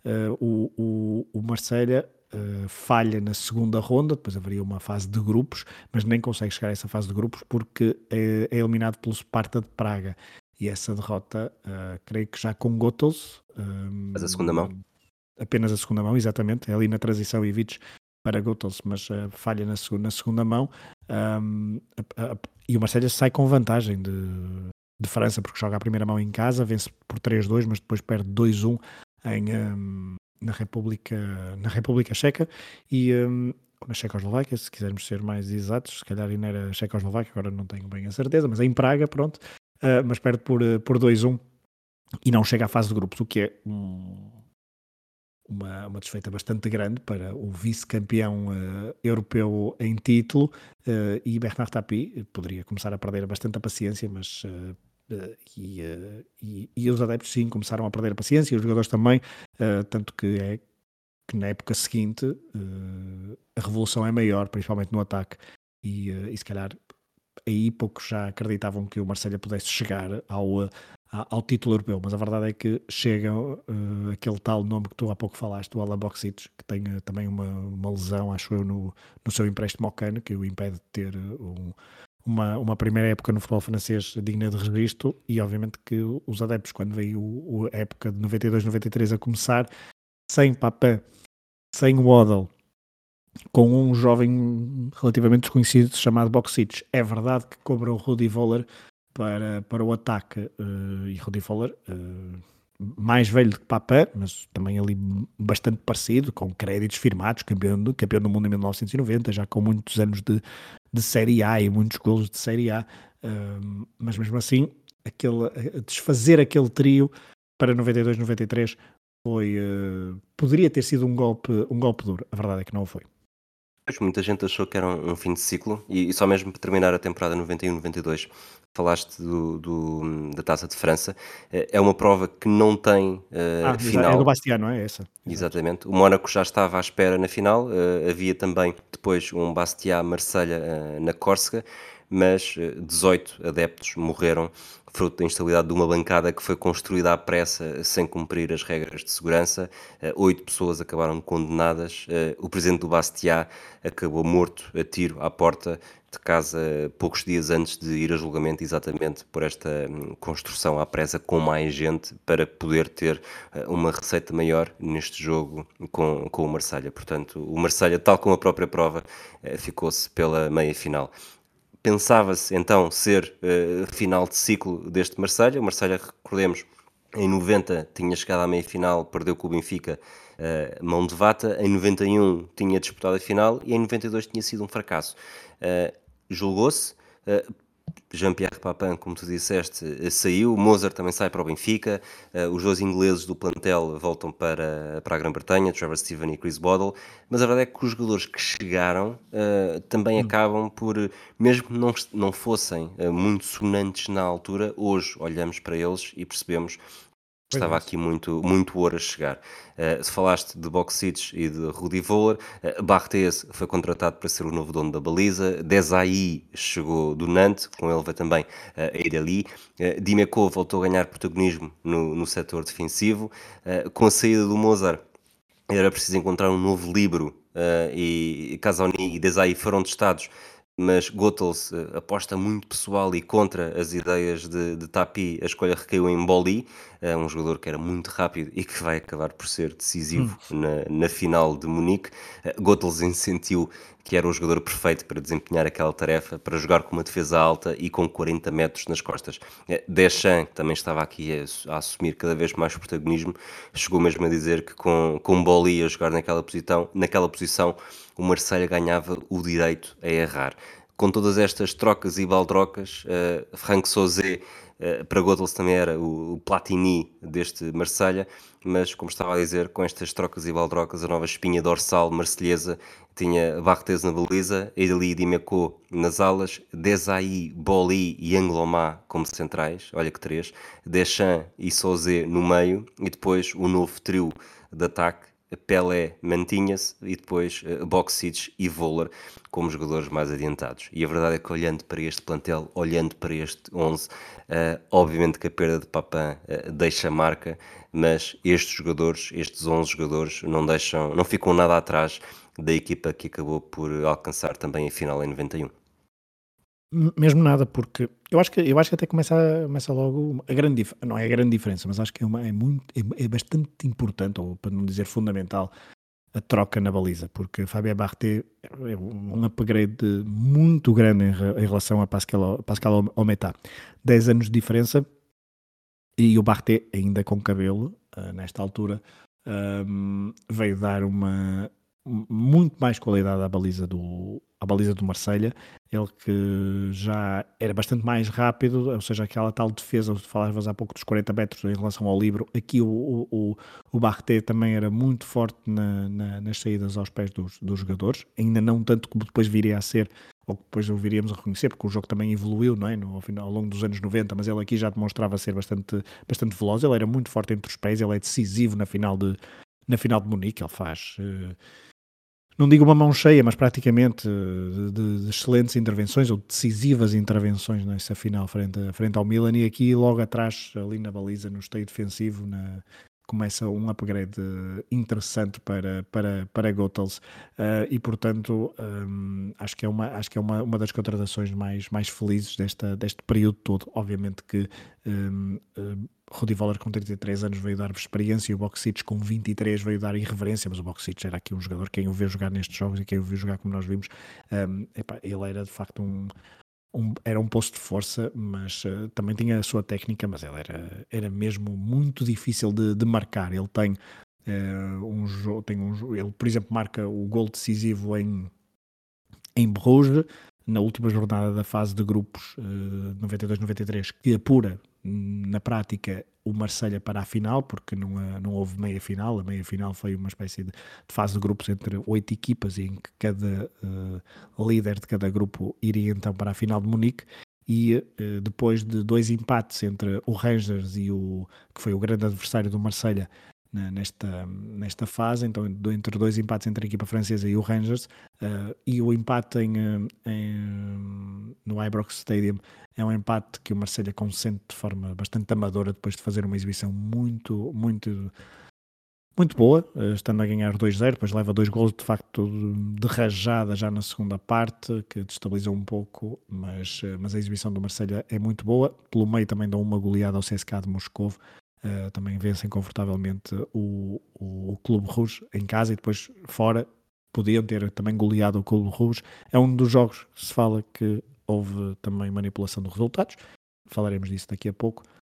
o Marselha falha na segunda ronda, depois haveria uma fase de grupos, mas nem consegue chegar a essa fase de grupos porque é eliminado pelo Sparta de Praga. E essa derrota, creio que já com Gotos, Mas a segunda mão? apenas a segunda mão, exatamente, é ali na transição Ivic para Gotos, mas falha na segunda mão. E o Marselha sai com vantagem de França, porque joga a primeira mão em casa, vence por 3-2, mas depois perde 2-1 na República Checa e na Checoslováquia, se quisermos ser mais exatos, se calhar ainda era Checoslováquia, agora não tenho bem a certeza, mas é em Praga, pronto. Mas perde por 2-1 e não chega à fase de grupos, o que é uma desfeita bastante grande para o vice-campeão europeu em título. E Bernard Tapie poderia começar a perder bastante a paciência, mas e os adeptos sim começaram a perder a paciência, e os jogadores também, tanto que na época seguinte a revolução é maior, principalmente no ataque, e se calhar aí poucos já acreditavam que o Marselha pudesse chegar ao título europeu, mas a verdade é que chega aquele tal nome que tu há pouco falaste, o Alan Boksic, que tem também uma lesão, acho eu, no seu empréstimo ao Cannes, que o impede de ter uma primeira época no futebol francês digna de registro, e obviamente que os adeptos, quando veio a época de 92-93 a começar, sem Papin, sem Waddle, com um jovem relativamente desconhecido chamado Boksic. É verdade que cobra o Rudi Voller para o ataque, e Rudi Voller, mais velho do que Papin, mas também ali bastante parecido, com créditos firmados, campeão do mundo em 1990, já com muitos anos de Série A e muitos golos de Série A, mas mesmo assim, desfazer aquele trio para 92-93 poderia ter sido um golpe duro. A verdade é que não o foi. Pois, muita gente achou que era um fim de ciclo e só mesmo para terminar a temporada 91-92 falaste da Taça de França. É uma prova que não tem É do final. Bastia, não é essa? Exato. Exatamente. O Mónaco já estava à espera na final. Havia também depois um Bastia-Marselha na Córsega, mas 18 adeptos morreram fruto da instabilidade de uma bancada que foi construída à pressa sem cumprir as regras de segurança. 8 pessoas acabaram condenadas. O presidente do Bastia acabou morto a tiro à porta de casa poucos dias antes de ir a julgamento, exatamente por esta construção à pressa com mais gente para poder ter uma receita maior neste jogo com o Marselha. Portanto, o Marselha, tal como a própria prova, ficou-se pela meia-final. Pensava-se então ser final de ciclo deste Marselha. O Marselha, recordemos, Em 90 tinha chegado à meia-final, perdeu com o Benfica, mão de vata. Em 91 tinha disputado a final e em 92 tinha sido um fracasso. Julgou-se, eh, Jean-Pierre Papin, como tu disseste, saiu, Mozart também sai para o Benfica, os dois ingleses do plantel voltam para a Grã-Bretanha, Trevor Steven e Chris Waddle, mas a verdade é que os jogadores que chegaram também Hum, acabam por, mesmo que não fossem muito sonantes na altura, hoje olhamos para eles e percebemos que Pois é estava isso. aqui muito ouro a chegar. Se falaste de Boksic e de Rudi Voller, Barthez foi contratado para ser o novo dono da baliza, Desailly chegou do Nantes, com ele veio também a Eidali, Dimeco voltou a ganhar protagonismo no setor defensivo, com a saída do Mozart era preciso encontrar um novo livro, e Casoni e Desailly foram testados, mas Goethals aposta muito pessoal e contra as ideias de Tapi, a escolha recaiu em Boli, um jogador que era muito rápido e que vai acabar por ser Hum, decisivo na final de Munique. Goethals sentiu que era o jogador perfeito para desempenhar aquela tarefa, para jogar com uma defesa alta e com 40 metros nas costas. Deschamps, que também estava aqui a assumir cada vez mais protagonismo, chegou mesmo a dizer que com Boli a jogar naquela posição, o Marselha ganhava o direito a errar. Com todas estas trocas e baldrocas, Franck Sauzet para Götze também era o Platini deste Marselha, mas como estava a dizer, com estas trocas e baldrocas, a nova espinha dorsal marselhesa tinha Barthez na baliza, Eidali e Dimeco nas alas, Desailly, Boli e Angloma como centrais, olha que três, Deschamps e Sauzet no meio, e depois o novo trio de ataque, Pelé mantinha-se e depois Boksic e Voller como jogadores mais adiantados. E a verdade é que olhando para este plantel, olhando para este 11, obviamente que a perda de Papin deixa marca, mas estes jogadores, estes 11 jogadores, não ficam nada atrás da equipa que acabou por alcançar também a final em 91. Mesmo nada, porque eu acho que até começa logo a grande não é a grande diferença, mas acho que é bastante importante, ou para não dizer fundamental, a troca na baliza, porque Fabien Barthez é um upgrade muito grande em relação a Pascal Ometá. 10 anos de diferença e o Barthez, ainda com cabelo, nesta altura, veio dar muito mais qualidade à baliza do Marselha. Ele que já era bastante mais rápido, ou seja, aquela tal defesa, falavas há pouco dos 40 metros em relação ao livro, aqui o Barthez também era muito forte nas saídas aos pés dos jogadores, ainda não tanto como depois viria a ser, ou que depois o viríamos a reconhecer, porque o jogo também evoluiu, não é? Ao longo dos anos 90, mas ele aqui já demonstrava ser bastante veloz, ele era muito forte entre os pés, ele é decisivo na final de Munique, ele faz, não digo uma mão cheia, mas praticamente de excelentes intervenções, ou decisivas intervenções nessa final frente ao Milan, e aqui logo atrás, ali na baliza, no esteio defensivo, começa um upgrade interessante para Götze, e portanto acho que é uma das contratações mais felizes deste período todo. Obviamente que Rudi Voller com 33 anos veio dar experiência e o Boksic com 23 veio dar irreverência, mas o Boksic era aqui um jogador, quem o vê jogar nestes jogos e quem o viu jogar como nós vimos, ele era de facto era um posto de força, mas também tinha a sua técnica, mas ele era mesmo muito difícil de marcar. Ele tem ele, por exemplo, marca o gol decisivo em Bruges, na última jornada da fase de grupos 92-93, que apura na prática o Marselha para a final, porque não houve meia-final. A meia-final foi uma espécie de fase de grupos entre 8 equipas, em que cada líder de cada grupo iria então para a final de Munique, e depois de 2 empates entre o Rangers que foi o grande adversário do Marselha nesta fase, então entre 2 empates entre a equipa francesa e o Rangers, e o empate no Ibrox Stadium é um empate que o Marselha consente de forma bastante amadora, depois de fazer uma exibição muito, muito, muito boa, estando a ganhar 2-0, depois leva 2 gols de facto de rajada já na segunda parte, que destabilizou um pouco, mas a exibição do Marselha é muito boa. Pelo meio também dão uma goleada ao CSKA de Moscovo. Também vencem confortavelmente o Clube Rouge em casa, e depois fora podiam ter também goleado o Clube Rouge. É um dos jogos que se fala que houve também manipulação de resultados, falaremos disso daqui a pouco,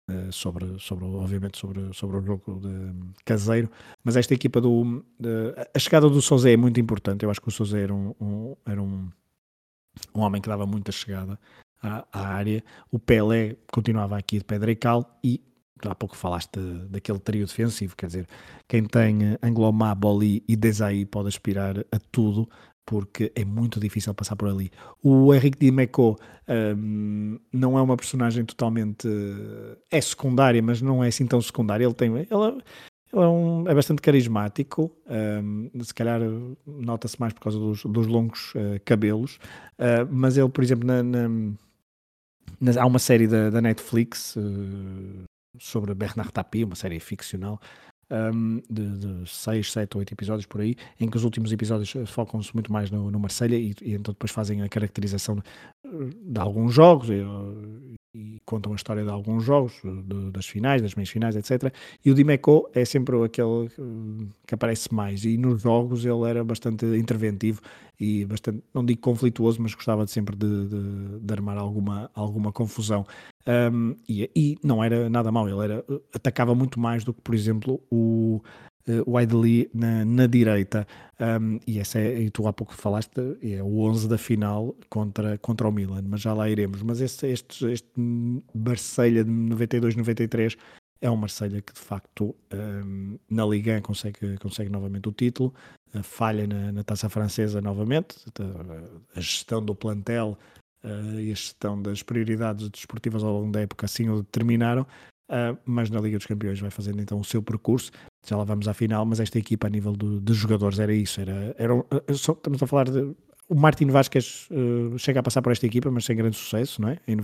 obviamente, sobre o jogo caseiro, mas esta equipa a chegada do Sosé é muito importante. Eu acho que o Sosé era um homem que dava muita chegada à área. O Pelé continuava aqui de pedra e cal, e há pouco falaste daquele trio defensivo, quer dizer, quem tem Anglomar, Boli e Desailly pode aspirar a tudo, porque é muito difícil passar por ali. O Henrique Dimeco não é uma personagem totalmente... é secundária, mas não é assim tão secundária. Ele é bastante carismático, se calhar nota-se mais por causa dos longos cabelos, mas ele, por exemplo, há uma série da Netflix sobre Bernard Tapie, uma série ficcional, de 6, 7 ou 8 episódios por aí, em que os últimos episódios focam-se muito mais no Marselha e então depois fazem a caracterização de alguns jogos e contam a história de alguns jogos, das finais, das meias finais, etc. E o Dimeco é sempre aquele que aparece mais, e nos jogos ele era bastante interventivo e bastante, não digo conflituoso, mas gostava de sempre de armar alguma confusão. E não era nada mau, ele atacava muito mais do que, por exemplo, o Aideli na direita. E tu há pouco falaste, é o 11 da final contra o Milan, mas já lá iremos. Mas este Marselha de 92-93 é um Marselha que de facto na Liga consegue novamente o título, falha na Taça Francesa novamente, a gestão do plantel e a gestão das prioridades desportivas ao longo da época assim o determinaram, mas na Liga dos Campeões vai fazendo então o seu percurso. Já lá vamos à final, mas esta equipa a nível de jogadores era isso, estamos a falar de... O Martín Vázquez chega a passar por esta equipa, mas sem grande sucesso, não é? Em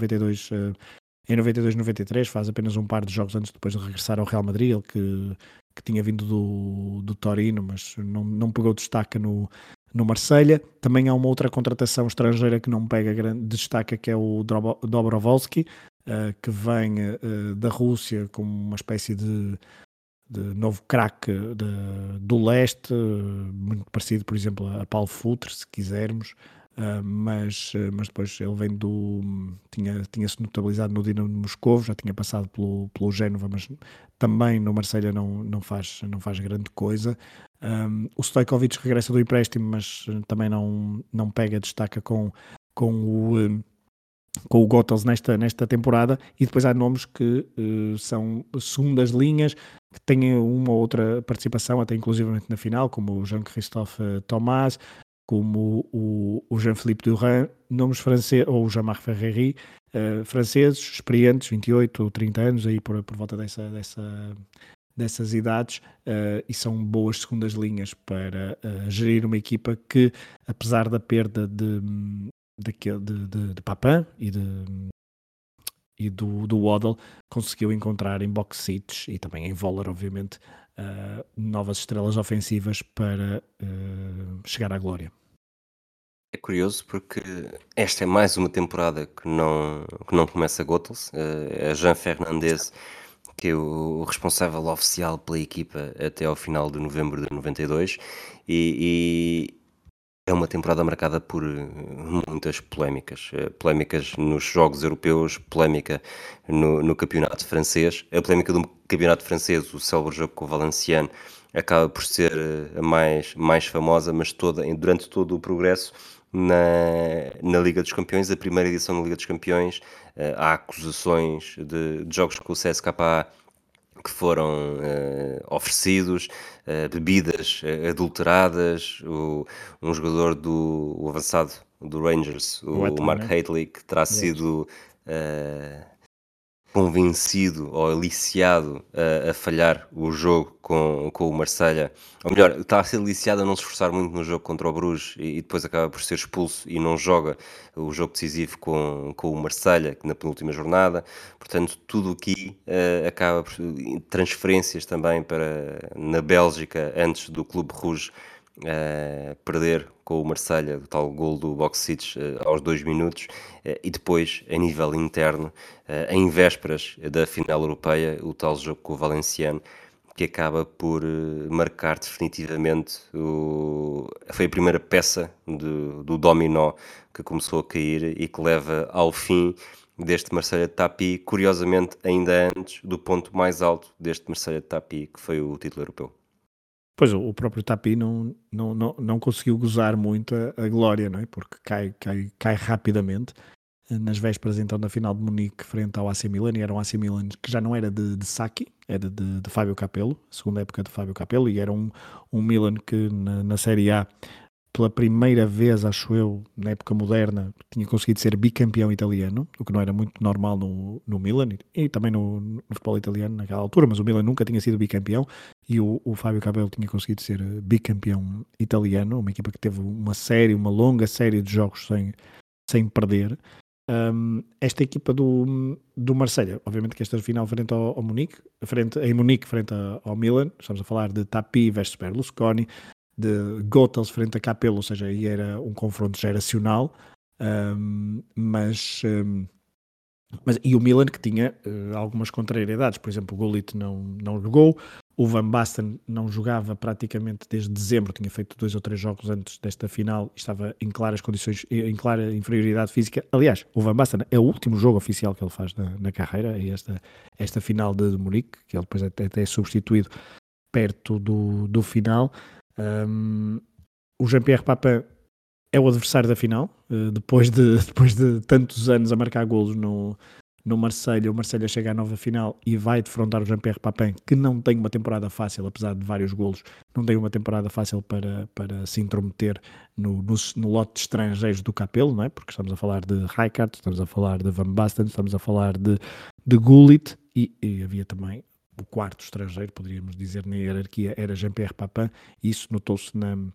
92-93 faz apenas um par de jogos antes depois de regressar ao Real Madrid, ele que tinha vindo do Torino, mas não pegou destaque no Marselha. Também há uma outra contratação estrangeira que não pega grande destaque, que é o Dobrovolski, que vem da Rússia como uma espécie de novo craque do leste, muito parecido, por exemplo, a Paulo Futre, se quisermos, mas depois ele vem tinha-se notabilizado no Dinamo de Moscovo, já tinha passado pelo Génova, mas também no Marselha não faz grande coisa. O Stojkovic regressa do empréstimo, mas também não pega, destaca com o Gothels nesta temporada, e depois há nomes que são segundas linhas, que têm uma ou outra participação, até inclusivamente na final, como o Jean-Christophe Thomas, como o Jean-Philippe Durand, nomes franceses, ou o Jean-Marc Ferreri, franceses, experientes, 28 ou 30 anos, aí por volta dessas idades, e são boas segundas linhas para gerir uma equipa que, apesar da perda de Papin e do Waddle, conseguiu encontrar em box seats e também em Voller, obviamente, novas estrelas ofensivas para chegar à glória. É curioso porque esta é mais uma temporada que não começa Gothels. É Jean Fernandes, que é o responsável oficial pela equipa até ao final de novembro de 92, e é uma temporada marcada por muitas polémicas. Polémicas nos jogos europeus, polémica no campeonato francês. A polémica do campeonato francês, o célebre jogo com o Valenciennes, acaba por ser a mais famosa, mas durante todo o progresso na Liga dos Campeões, a primeira edição da Liga dos Campeões, há acusações de jogos com o CSKA que foram oferecidos, bebidas adulteradas, um jogador o avançado do Rangers, O o Etan, Mark né? Hateley, que terá sido convencido ou aliciado a falhar o jogo com o Marselha, ou melhor, está a ser aliciado a não se esforçar muito no jogo contra o Bruges e depois acaba por ser expulso e não joga o jogo decisivo com o Marselha na penúltima jornada. Portanto, tudo aqui acaba por transferências também na Bélgica antes do Clube Rouge perder com o Marselha, o tal gol do Boksic aos 2 minutos, e depois, a nível interno, em vésperas da final europeia, o tal jogo com o Valenciennes, que acaba por marcar definitivamente foi a primeira peça do dominó que começou a cair e que leva ao fim deste Marselha de Tapi, curiosamente ainda antes do ponto mais alto deste Marselha de Tapi, que foi o título europeu. Pois o próprio Tapi não conseguiu gozar muito a glória, não é? Porque cai rapidamente nas vésperas então da final de Munique frente ao AC Milan, e era um AC Milan que já não era de Sacchi, era de Fábio Capello, segunda época de Fábio Capello, e era um Milan que na Série A, pela primeira vez, acho eu, na época moderna, tinha conseguido ser bicampeão italiano, o que não era muito normal no Milan e também no futebol italiano naquela altura, mas o Milan nunca tinha sido bicampeão, e o Fábio Capello tinha conseguido ser bicampeão italiano, uma equipa que teve uma longa série de jogos sem perder. Esta equipa do Marselha, obviamente que esta final frente ao Munique, em Munique frente ao Milan, estamos a falar de Tapi versus Berlusconi, de Gothels frente a Capello, ou seja, aí era um confronto geracional, mas e o Milan que tinha algumas contrariedades, por exemplo, o Gullit não jogou, o Van Basten não jogava praticamente desde dezembro, tinha feito 2 ou 3 jogos antes desta final e estava em claras condições, em clara inferioridade física. Aliás, o Van Basten é o último jogo oficial que ele faz na carreira, é esta final de Munique, que ele depois até é substituído perto do final. O Jean-Pierre Papin é o adversário da final, depois de tantos anos a marcar golos no Marselha. O Marselha chega à nova final e vai defrontar o Jean-Pierre Papin, que não tem uma temporada fácil, apesar de vários golos, não tem uma temporada fácil para se intrometer no lote de estrangeiros do Capello, não é? Porque estamos a falar de Rijkaard, estamos a falar de Van Basten, estamos a falar de Gullit e havia também o quarto estrangeiro, poderíamos dizer, na hierarquia, era Jean-Pierre Papin, e isso notou-se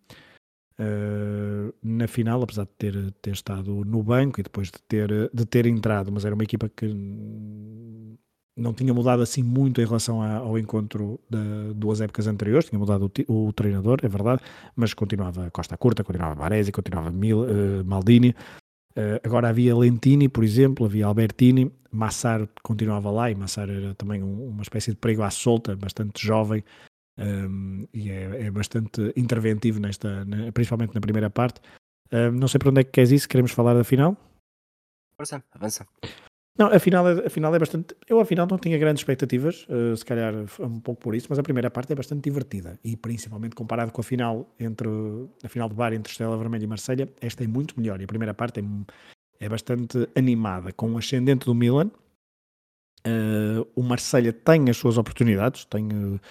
na final, apesar de ter estado no banco e depois de ter entrado, mas era uma equipa que não tinha mudado assim muito em relação ao encontro de 2 épocas anteriores, tinha mudado o treinador, é verdade, mas continuava Costa Curta, continuava Baresi, continuava Maldini. Agora havia Lentini, por exemplo, havia Albertini, Massaro continuava lá, e Massaro era também uma espécie de perigo à solta, bastante jovem, e é bastante interventivo principalmente na primeira parte. Não sei para onde é que queres ir, se queremos falar da final. Força, avança. Não, a final é bastante. Eu, a final, não tinha grandes expectativas, se calhar um pouco por isso, mas a primeira parte é bastante divertida, e principalmente comparado com a final a final de bar entre Estrela Vermelha e Marselha, esta é muito melhor, e a primeira parte é bastante animada, com o ascendente do Milan. O Marselha tem as suas oportunidades, tem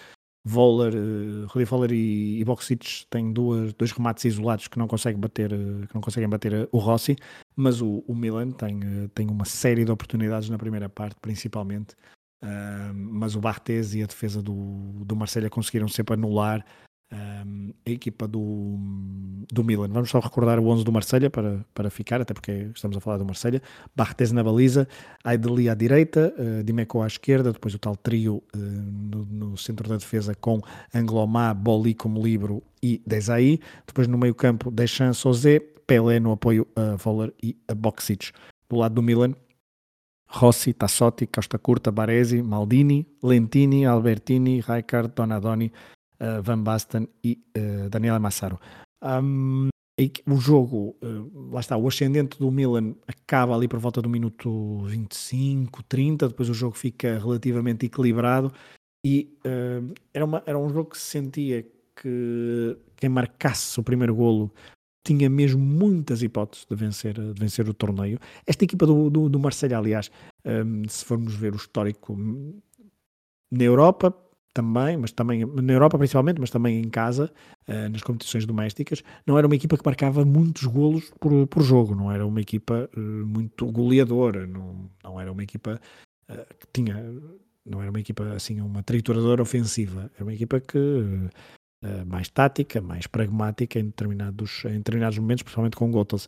Rudi Voller e Boksic têm dois remates isolados que não conseguem bater o Rossi, mas o Milan tem uma série de oportunidades na primeira parte, principalmente, mas o Barthez e a defesa do Marselha conseguiram sempre anular a equipa do Milan. Vamos só recordar o 11 do Marselha para ficar, até porque estamos a falar do Marselha. Barthez na baliza, Aideli à direita, Dimeco à esquerda, depois o tal trio no centro da defesa com Anglomá, Boli como livro e Desailly. Depois no meio campo, Deschamps, Sosé, Pelé no apoio a Voller e a Boksic. Do lado do Milan, Rossi, Tassotti, Costa Curta, Baresi, Maldini, Lentini, Albertini, Rijkaard, Donadoni, Van Basten e Daniele Massaro. O jogo, lá está, o ascendente do Milan acaba ali por volta do minuto 25, 30, depois o jogo fica relativamente equilibrado e era um jogo que se sentia que quem marcasse o primeiro golo tinha mesmo muitas hipóteses de vencer o torneio. Esta equipa do Marselha, aliás, se formos ver o histórico na Europa, também, mas também na Europa principalmente, mas também em casa, nas competições domésticas, não era uma equipa que marcava muitos golos por jogo, não era uma equipa muito goleadora, não era uma equipa que tinha, não era uma equipa assim, uma trituradora ofensiva, era uma equipa que mais tática, mais pragmática em determinados momentos, principalmente com Gothels.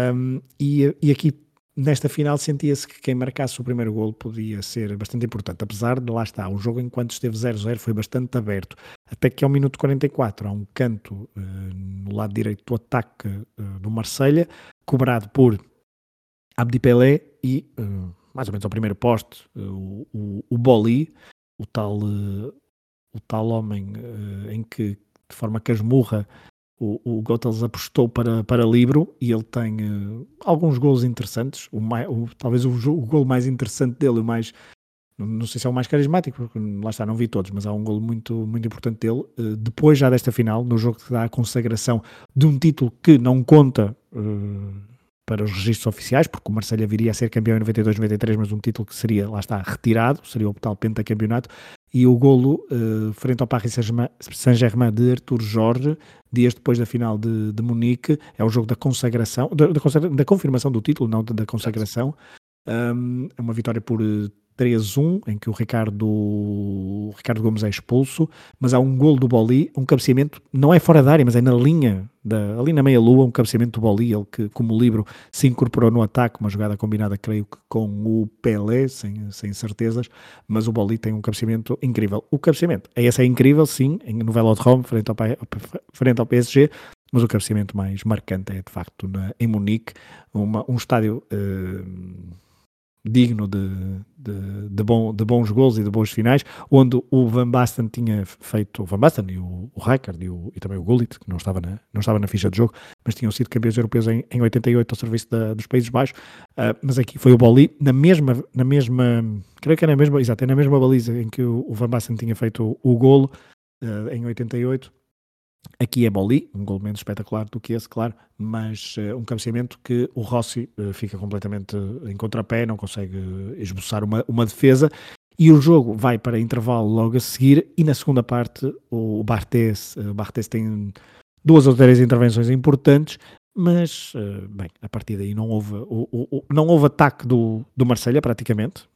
E aqui nesta final sentia-se que quem marcasse o primeiro golo podia ser bastante importante, apesar de lá estar, o jogo enquanto esteve 0-0 foi bastante aberto, até que ao minuto 44 há um canto no lado direito do ataque do Marselha, cobrado por Abdi Pelé e mais ou menos ao primeiro poste o Boli, o tal homem em que de forma casmurra o Götze apostou para livro e ele tem alguns golos interessantes. Talvez o golo mais interessante dele, não sei se é o mais carismático, porque lá está, não vi todos, mas há um golo muito, muito importante dele. Depois já desta final, no jogo que dá a consagração de um título que não conta para os registros oficiais, porque o Marselha viria a ser campeão em 92-93, mas um título que seria, lá está, retirado, seria o tal pentacampeonato, e o golo frente ao Paris Saint-Germain de Arthur Jorge, dias depois da final de Munique, é o jogo da consagração, da confirmação do título, não da consagração. É uma vitória por 3-1, em que o Ricardo Gomes é expulso, mas há um golo do Boli, um cabeceamento, não é fora da área, mas é na linha, ali na meia-lua, um cabeceamento do Boli, ele que, como livro, se incorporou no ataque, uma jogada combinada, creio que com o Pelé, sem certezas, mas o Boli tem um cabeceamento incrível. O cabeceamento, esse é incrível, sim, no Velodrome, frente ao PSG, mas o cabeceamento mais marcante é, de facto, em Munique, um estádio digno de bons gols e de bons finais, onde o Van Basten tinha feito, o Van Basten e o Rijkaard e também o Gullit, que não estava na ficha de jogo, mas tinham sido campeões europeus em 88 ao serviço dos Países Baixos, mas aqui foi o Boli, na mesma, creio que é na mesma baliza em que o Van Basten tinha feito o golo, em 88. Aqui é Boli, um gol menos espetacular do que esse, claro, mas um cabeceamento que o Rossi fica completamente em contrapé, não consegue esboçar uma defesa, e o jogo vai para intervalo logo a seguir, e na segunda parte o Barthez tem 2 ou 3 intervenções importantes, mas, bem, a partir daí não houve ataque do Marselha praticamente,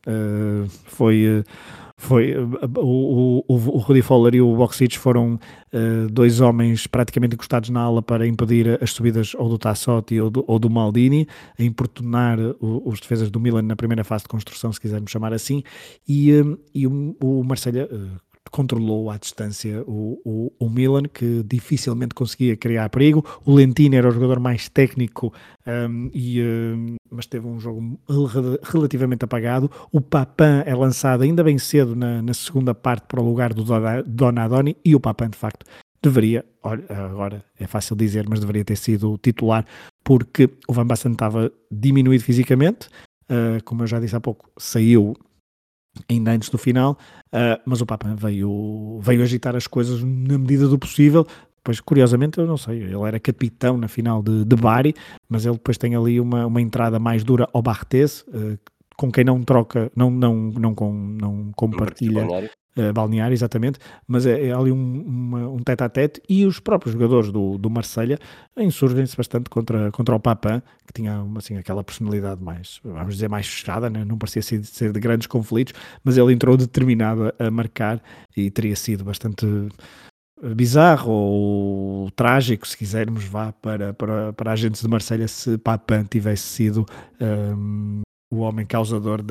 o Rudi Foller e o Boksic foram 2 homens praticamente encostados na ala para impedir as subidas ou do Tassotti ou do Maldini, a importunar os defesas do Milan na primeira fase de construção, se quisermos chamar assim, e o Marselha controlou à distância o Milan, que dificilmente conseguia criar perigo. O Lentini era o jogador mais técnico, mas teve um jogo relativamente apagado. O Papin é lançado ainda bem cedo na segunda parte para o lugar do Donadoni, e o Papin, de facto, deveria, agora é fácil dizer, mas deveria ter sido titular, porque o Van Basten estava diminuído fisicamente, como eu já disse há pouco, saiu ainda antes do final, mas o Papin veio agitar as coisas na medida do possível. Pois, curiosamente, eu não sei, ele era capitão na final de Bari, mas ele depois tem ali uma entrada mais dura ao Barthez, com quem não troca, não compartilha balneário, exatamente, mas é ali um tete-a-tete, e os próprios jogadores do Marselha insurgem-se bastante contra o Papin, que tinha assim, aquela personalidade mais, vamos dizer, mais fechada, né? Não parecia ser de grandes conflitos, mas ele entrou determinado a marcar, e teria sido bastante bizarro ou trágico, se quisermos, para agentes de Marselha, se Papin tivesse sido o homem causador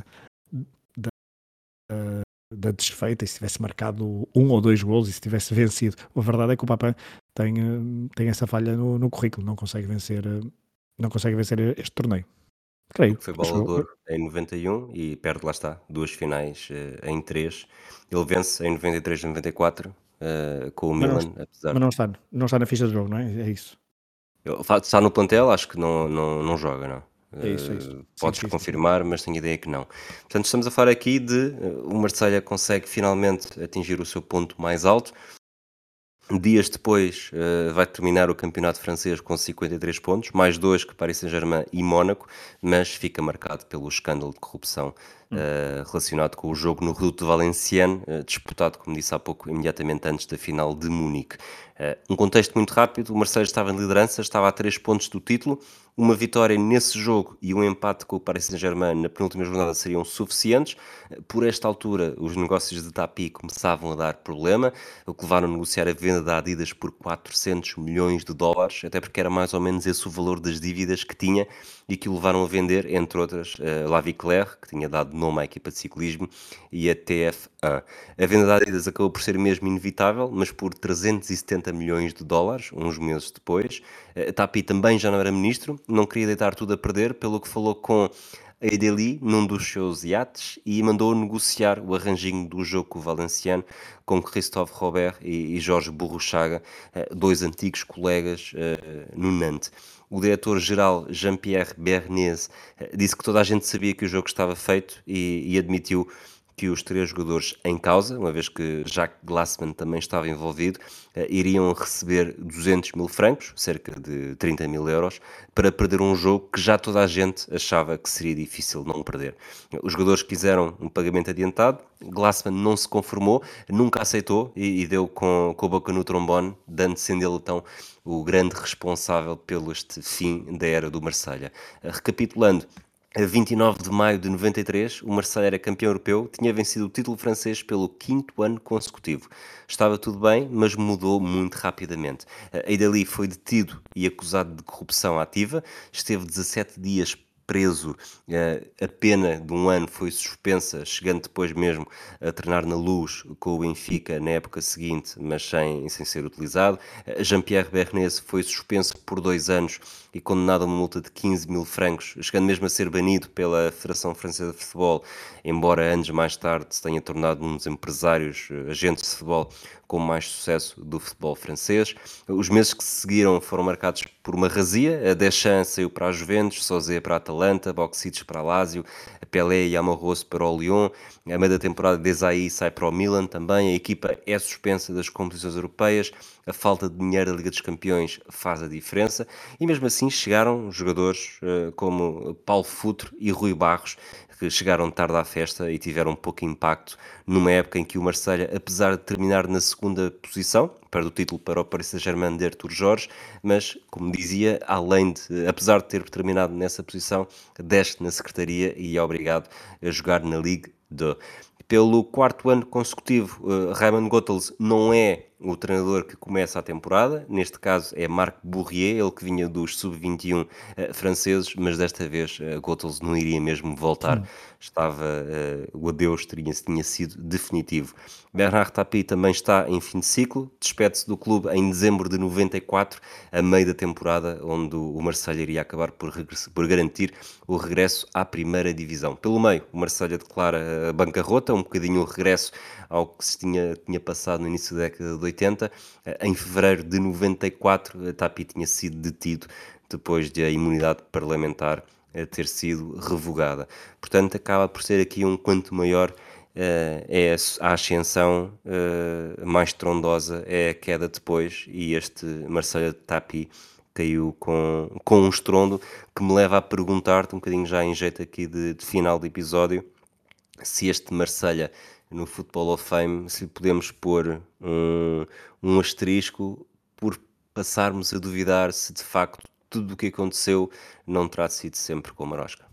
da desfeita, e se tivesse marcado 1 ou 2 golos e se tivesse vencido. A verdade é que o Papin tem essa falha no currículo, não consegue vencer este torneio. Creio. Porque foi bola de ouro em 91 e perde, lá está, 2 finais em 3. Ele vence em 93 e 94 com o Milan, apesar Mas não está na ficha de jogo, não é? É isso. o facto de estar no plantel, acho que não joga, não. É isso. Podes Sim. confirmar, mas tenho ideia que não. Portanto, estamos a falar aqui de o Marselha consegue finalmente atingir o seu ponto mais alto. Dias depois vai terminar o campeonato francês com 53 pontos, mais 2 que Paris Saint-Germain e Mónaco, mas fica marcado pelo escândalo de corrupção relacionado com o jogo no Reduto de Valenciennes, disputado, como disse há pouco, imediatamente antes da final de Munique. Um contexto muito rápido: o Marseille estava em liderança, estava a 3 pontos do título. Uma vitória nesse jogo e um empate com o Paris Saint-Germain na penúltima jornada seriam suficientes. Por esta altura, os negócios de Tapi começavam a dar problema, o que levaram a negociar a venda da Adidas por 400 milhões de dólares, até porque era mais ou menos esse o valor das dívidas que tinha, e que o levaram a vender, entre outras, La Viclair, que tinha dado nome à equipa de ciclismo, e a TF1. A venda da Adidas acabou por ser mesmo inevitável, mas por 370 milhões de dólares, uns meses depois. Tapi também já não era ministro, não queria deitar tudo a perder, pelo que falou com a Ideli num dos seus iates e mandou negociar o arranjinho do jogo com o Valenciano com Christophe Robert e Jorge Burruchaga, dois antigos colegas no Nantes. O diretor-geral Jean-Pierre Bernays disse que toda a gente sabia que o jogo estava feito e admitiu que os três jogadores em causa, uma vez que Jacques Glassman também estava envolvido, iriam receber 200 mil francos, cerca de 30 mil euros, para perder um jogo que já toda a gente achava que seria difícil não perder. Os jogadores quiseram um pagamento adiantado, Glassman não se conformou, nunca aceitou e deu com a boca no trombone, dando sendo ele então o grande responsável pelo este fim da era do Marselha. Recapitulando, a 29 de maio de 93, o Marseille era campeão europeu, tinha vencido o título francês pelo quinto ano consecutivo. Estava tudo bem, mas mudou muito rapidamente. Eidali foi detido e acusado de corrupção ativa, esteve 17 dias preso, a pena de um ano foi suspensa, chegando depois mesmo a treinar na Luz com o Benfica na época seguinte, mas sem ser utilizado. Jean-Pierre Bernays foi suspenso por 2 anos e condenado a uma multa de 15 mil francos, chegando mesmo a ser banido pela Federação Francesa de Futebol, embora anos mais tarde se tenha tornado um dos empresários, agentes de futebol com mais sucesso do futebol francês. Os meses que se seguiram foram marcados por uma razia. A Deschamps saiu para a Juventus, Sosé para a Atalanta, Boksic para a Lazio, Pelé e Amorós para o Lyon. A meio da temporada, Desailly sai para o Milan também. A equipa é suspensa das competições europeias. A falta de dinheiro da Liga dos Campeões faz a diferença. E mesmo assim chegaram jogadores como Paulo Futre e Rui Barros, que chegaram tarde à festa e tiveram um pouco impacto numa época em que o Marselha, apesar de terminar na segunda posição, perde o título para o Paris Saint-Germain de Artur Jorge, mas, como dizia, apesar de ter terminado nessa posição, desce na secretaria e é obrigado a jogar na Ligue 2. Pelo quarto ano consecutivo, Raymond Goethals não é o treinador que começa a temporada, neste caso é Marc Bourrier, ele que vinha dos sub-21 franceses, mas desta vez Goethals não iria mesmo voltar, o adeus tinha sido definitivo. Bernard Tapie também está em fim de ciclo, despede-se do clube em dezembro de 94, a meio da temporada, onde o Marselha iria acabar por garantir o regresso à primeira divisão. Pelo meio, o Marselha declara a bancarrota, um bocadinho o regresso ao que se tinha passado no início da década de 80. Em fevereiro de 94, Tapie tinha sido detido depois de a imunidade parlamentar ter sido revogada. Portanto, acaba por ser aqui um quanto maior é a ascensão, mais estrondosa é a queda depois, e este Marselha de Tapie caiu com um estrondo que me leva a perguntar-te, um bocadinho já em jeito aqui de final de episódio, se este Marselha no Football of Fame, se podemos pôr um asterisco por passarmos a duvidar se de facto tudo o que aconteceu não terá sido sempre com a Marosca.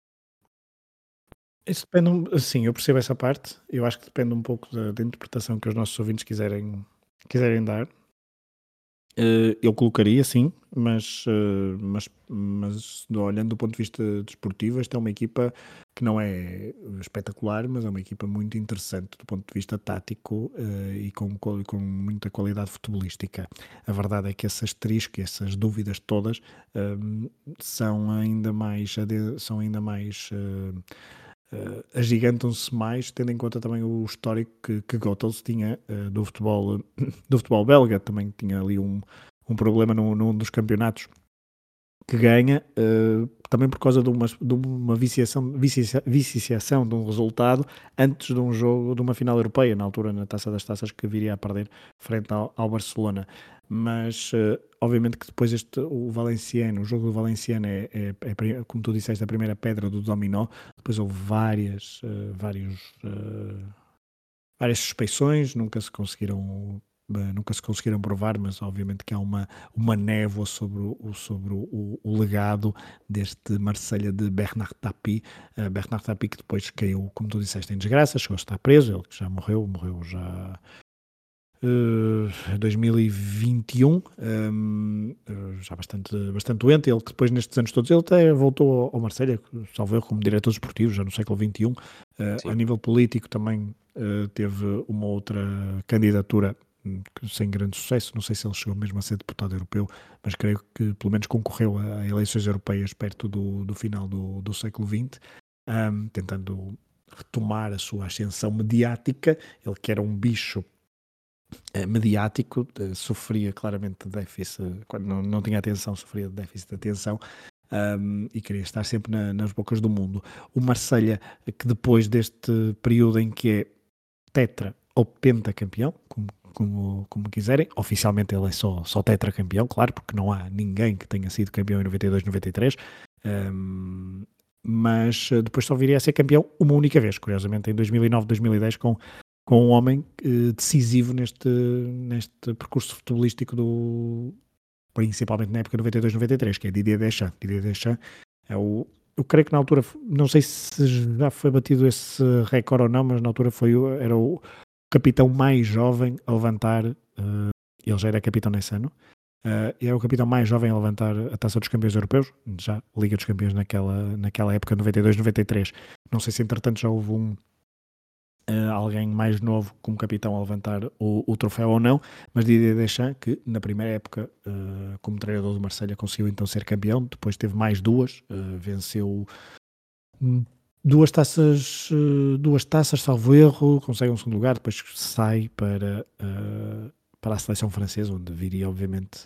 Isso depende, sim, eu percebo essa parte. Eu acho que depende um pouco da interpretação que os nossos ouvintes quiserem dar. Eu colocaria, sim, mas olhando do ponto de vista desportivo, esta é uma equipa que não é espetacular, mas é uma equipa muito interessante do ponto de vista tático, e com muita qualidade futebolística. A verdade é que esse asterisco e essas dúvidas todas, são ainda mais, agigantam-se mais, tendo em conta também o histórico que Goethals tinha, do futebol, do futebol belga. Também tinha ali um problema num dos campeonatos que ganha, também por causa de uma viciação de um resultado antes de um jogo, de uma final europeia, na altura na Taça das Taças, que viria a perder frente ao Barcelona. Mas obviamente que depois o jogo do Valenciano como tu disseste, a primeira pedra do dominó. Depois houve várias suspeições, nunca se conseguiram provar, mas obviamente que há uma névoa sobre o legado deste Marselha de Bernard Tapie. Bernard Tapie, que depois caiu, como tu disseste, em desgraça, chegou a estar preso, ele que já morreu já em 2021, já bastante doente. Ele que depois, nestes anos todos, ele até voltou ao Marselha, salvo erro, como diretor desportivo, já no século XXI. A Sim. nível político também teve uma outra candidatura, sem grande sucesso. Não sei se ele chegou mesmo a ser deputado europeu, mas creio que pelo menos concorreu a eleições europeias perto do final do século XX. tentando retomar a sua ascensão mediática. Ele que era um bicho mediático, sofria claramente de déficit, quando não tinha atenção, sofria de déficit de atenção, e queria estar sempre nas bocas do mundo. O Marselha, que depois deste período em que é tetra ou pentacampeão, como quiserem, oficialmente ele é só tetracampeão, claro, porque não há ninguém que tenha sido campeão em 92, 93, mas depois só viria a ser campeão uma única vez, curiosamente em 2009, 2010, com um homem decisivo neste percurso futebolístico principalmente na época 92, 93, que é Didier Deschamps. Didier Deschamps é eu creio que na altura, não sei se já foi batido esse recorde ou não, mas na altura era o capitão mais jovem a levantar, ele já era capitão nesse ano, e era o capitão mais jovem a levantar a Taça dos Campeões Europeus, já Liga dos Campeões naquela época, 92, 93. Não sei se entretanto já houve alguém mais novo como capitão a levantar o troféu ou não, mas Didier Deschamps, que na primeira época como treinador do Marselha conseguiu então ser campeão, depois teve mais duas, venceu duas taças, salvo erro, consegue um segundo lugar, depois sai para a seleção francesa, onde viria obviamente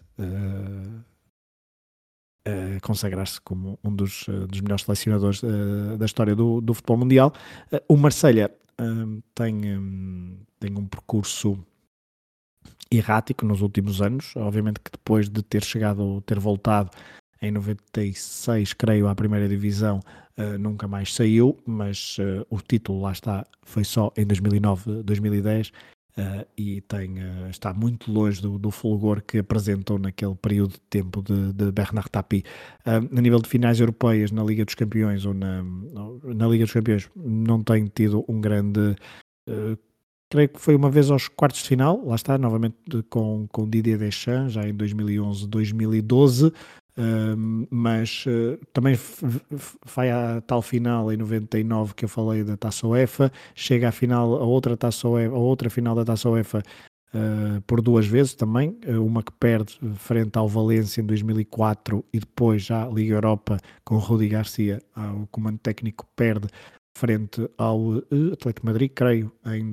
consagrar-se como um dos melhores selecionadores da história do futebol mundial. O Marselha tem um percurso errático nos últimos anos, obviamente que depois de ter voltado em 96, creio, à primeira divisão, nunca mais saiu, mas o título, lá está, foi só em 2009, 2010, e está muito longe do fulgor que apresentou naquele período de tempo de Bernard Tapie. A nível de finais europeias na Liga dos Campeões ou na Liga dos Campeões não tem tido um grande... creio que foi uma vez aos quartos de final, lá está, novamente com Didier Deschamps, já em 2011, 2012, mas também vai à tal final em 99 que eu falei da Taça UEFA, chega à final, a outra final da Taça UEFA por duas vezes também, uma que perde frente ao Valência em 2004 e depois já a Liga Europa com Rudi Garcia, o comando técnico, perde frente ao Atlético Madrid, creio, em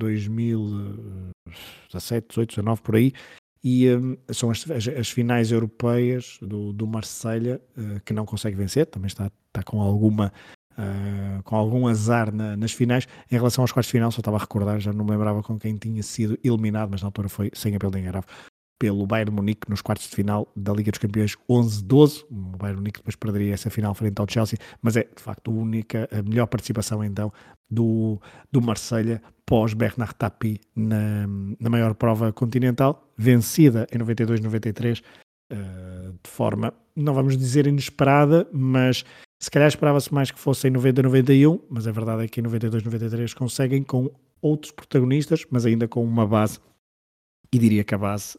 2017, 18, 19, por aí, e são as finais europeias do Marselha, que não consegue vencer, também está com algum azar nas finais. Em relação aos quartos de final, só estava a recordar, já não me lembrava com quem tinha sido eliminado, mas na altura foi sem apelo nem agravo, pelo Bayern Munique nos quartos de final da Liga dos Campeões 11-12. O Bayern Munique depois perderia essa final frente ao Chelsea, mas é de facto a melhor participação então do Marselha pós Bernard Tapie na maior prova continental, vencida em 92-93 de forma, não vamos dizer inesperada, mas se calhar esperava-se mais que fosse em 90-91, mas a verdade é que em 92-93 conseguem com outros protagonistas, mas ainda com uma base. E diria que a base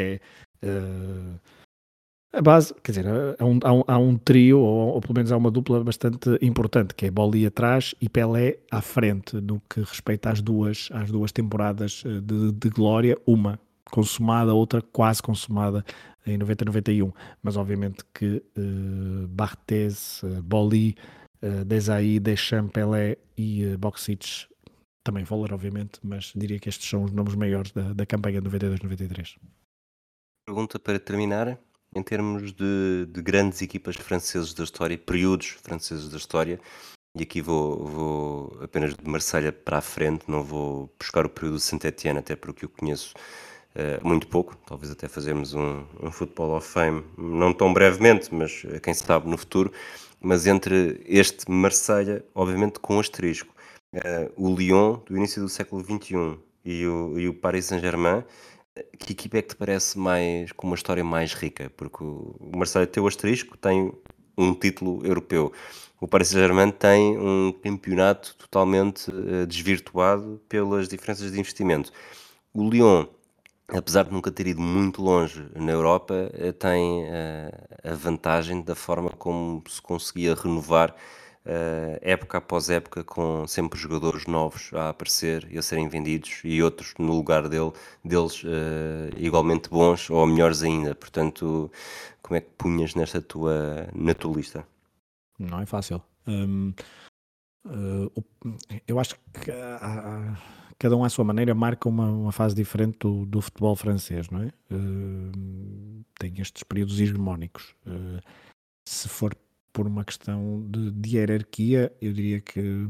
a base, quer dizer, há um trio, ou pelo menos há uma dupla bastante importante, que é Boli atrás e Pelé à frente, no que respeita às duas temporadas de glória, uma consumada, outra quase consumada em 90-91, mas obviamente que Barthez, Boli, Desailly, Deschamps, Pelé e Boksic, também Voller, obviamente, mas diria que estes são os nomes maiores da campanha de 92-93. Pergunta para terminar, em termos de grandes equipas franceses da história, períodos franceses da história, e aqui vou apenas de Marselha para a frente, não vou buscar o período de Saint-Étienne, até porque eu conheço muito pouco, talvez até fazermos um Football of Fame, não tão brevemente, mas quem sabe no futuro, mas entre este Marselha, obviamente com asterisco, o Lyon do início do século XXI e o Paris Saint-Germain, que equipa é que te parece com uma história mais rica? Porque o Marselha tem o asterisco, tem um título europeu. O Paris Saint-Germain tem um campeonato totalmente desvirtuado pelas diferenças de investimento. O Lyon, apesar de nunca ter ido muito longe na Europa, tem a vantagem da forma como se conseguia renovar época após época, com sempre jogadores novos a aparecer e a serem vendidos e outros no lugar deles igualmente bons ou melhores ainda. Portanto, como é que punhas na tua lista? Não é fácil. Eu acho que cada um à sua maneira marca uma fase diferente do futebol francês, não é? Tem estes períodos hegemónicos. Se for por uma questão de hierarquia, eu diria que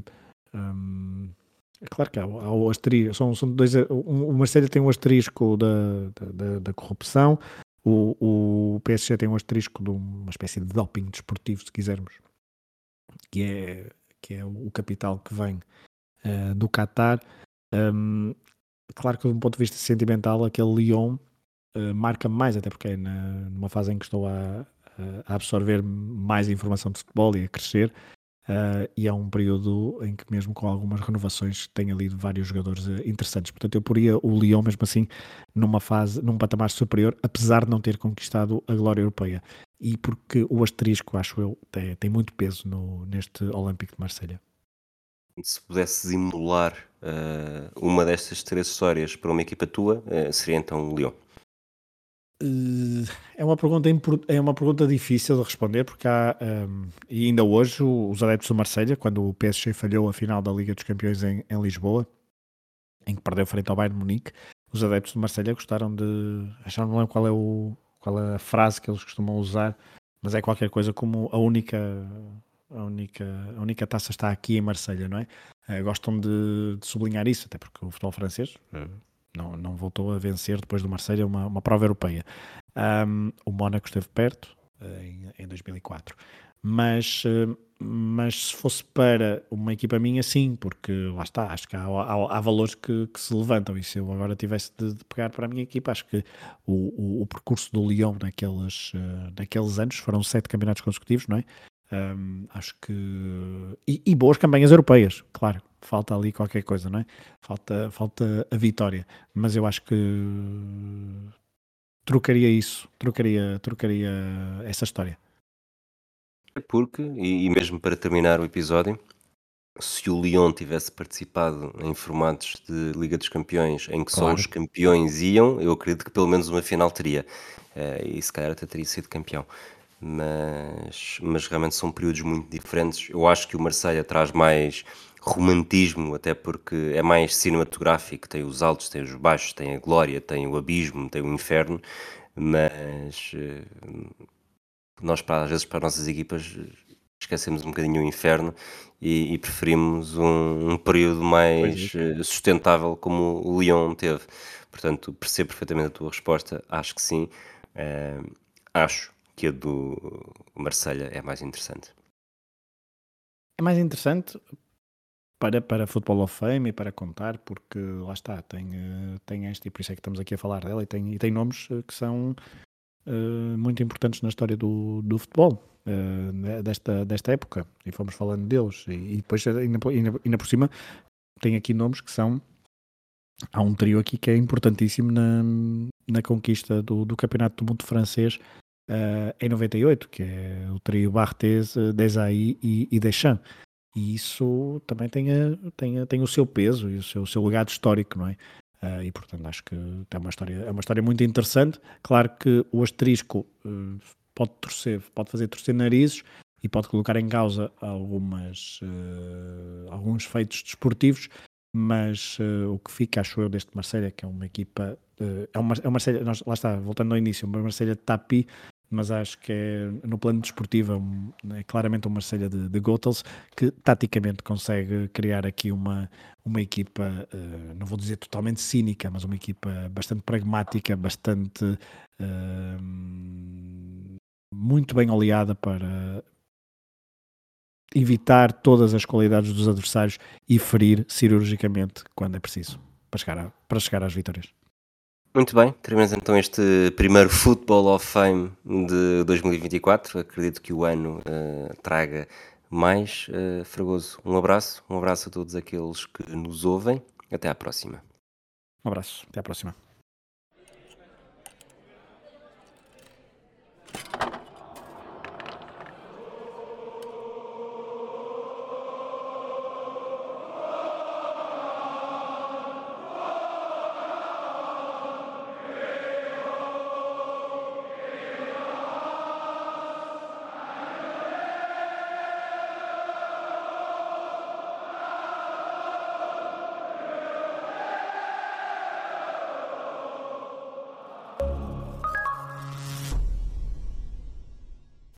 é claro que há o asterisco, são dois, o Marselha tem um asterisco da corrupção, o PSG tem um asterisco de uma espécie de doping desportivo, se quisermos, que é, que é o capital que vem do Qatar. Um, Claro que, de um ponto de vista sentimental, aquele Lyon marca mais, até porque é numa fase em que estou a absorver mais informação de futebol e a crescer. E é um período em que, mesmo com algumas renovações, tenho ali vários jogadores interessantes. Portanto, eu poria o Lyon, mesmo assim, num patamar superior, apesar de não ter conquistado a glória europeia. E porque o asterisco, acho eu, tem muito peso neste Olympique de Marselha. Se pudesses emular uma destas três histórias para uma equipa tua, seria então o Lyon. É uma pergunta difícil de responder porque e ainda hoje os adeptos do Marselha, quando o PSG falhou a final da Liga dos Campeões em Lisboa, em que perdeu frente ao Bayern de Munique, os adeptos do Marselha gostaram de, acharam, não lembro qual é a frase que eles costumam usar, mas é qualquer coisa como a única taça está aqui em Marselha, não é? Gostam de sublinhar isso, até porque o futebol francês não voltou a vencer depois do Marselha uma prova europeia. O Mónaco esteve perto em 2004, mas se fosse para uma equipa minha, sim, porque lá está, acho que há valores que se levantam, e se eu agora tivesse de pegar para a minha equipa, acho que o percurso do Lyon naqueles anos, foram 7 campeonatos consecutivos, não é? Acho que. E boas campanhas europeias, claro. Falta ali qualquer coisa, não é? Falta a vitória. Mas eu acho que trocaria isso, trocaria essa história. Porque, e mesmo para terminar o episódio, se o Lyon tivesse participado em formatos de Liga dos Campeões em que só os Claro. campeões iam, eu acredito que pelo menos uma final teria. E se calhar até teria sido campeão. Mas realmente são períodos muito diferentes. Eu acho que o Marselha traz mais romantismo, até porque é mais cinematográfico, tem os altos, tem os baixos, tem a glória, tem o abismo, tem o inferno, mas nós às vezes para as nossas equipas esquecemos um bocadinho o inferno e preferimos um período Pois mais isso. sustentável como o Lyon teve. Portanto, percebo perfeitamente a tua resposta, acho que sim. Acho que a do Marselha é mais interessante. É mais interessante para Football of Fame e para contar, porque lá está, tem este, e por isso é que estamos aqui a falar dela, e tem nomes que são muito importantes na história do futebol, desta época, e fomos falando deles, e depois ainda por cima tem aqui nomes que são. Há um trio aqui que é importantíssimo na conquista do Campeonato do Mundo francês em 98, que é o trio Barthez, Desailly e Deschamps. E isso também tem o seu peso e o seu legado histórico, não é? E portanto acho que é uma história muito interessante. Claro que o asterisco pode fazer torcer narizes e pode colocar em causa alguns feitos desportivos, mas o que fica, acho eu, deste Marselha, que é uma equipa, é um Marselha, lá está, voltando ao início, uma Marselha de tapi, mas acho que no plano desportivo é claramente um Marselha de Goethals, que taticamente consegue criar aqui uma equipa, não vou dizer totalmente cínica, mas uma equipa bastante pragmática, bastante muito bem oleada para evitar todas as qualidades dos adversários e ferir cirurgicamente quando é preciso, para chegar às vitórias. Muito bem, terminamos então este primeiro Football of Fame de 2024. Acredito que o ano traga mais. Fragoso, um abraço a todos aqueles que nos ouvem. Até à próxima. Um abraço, até à próxima.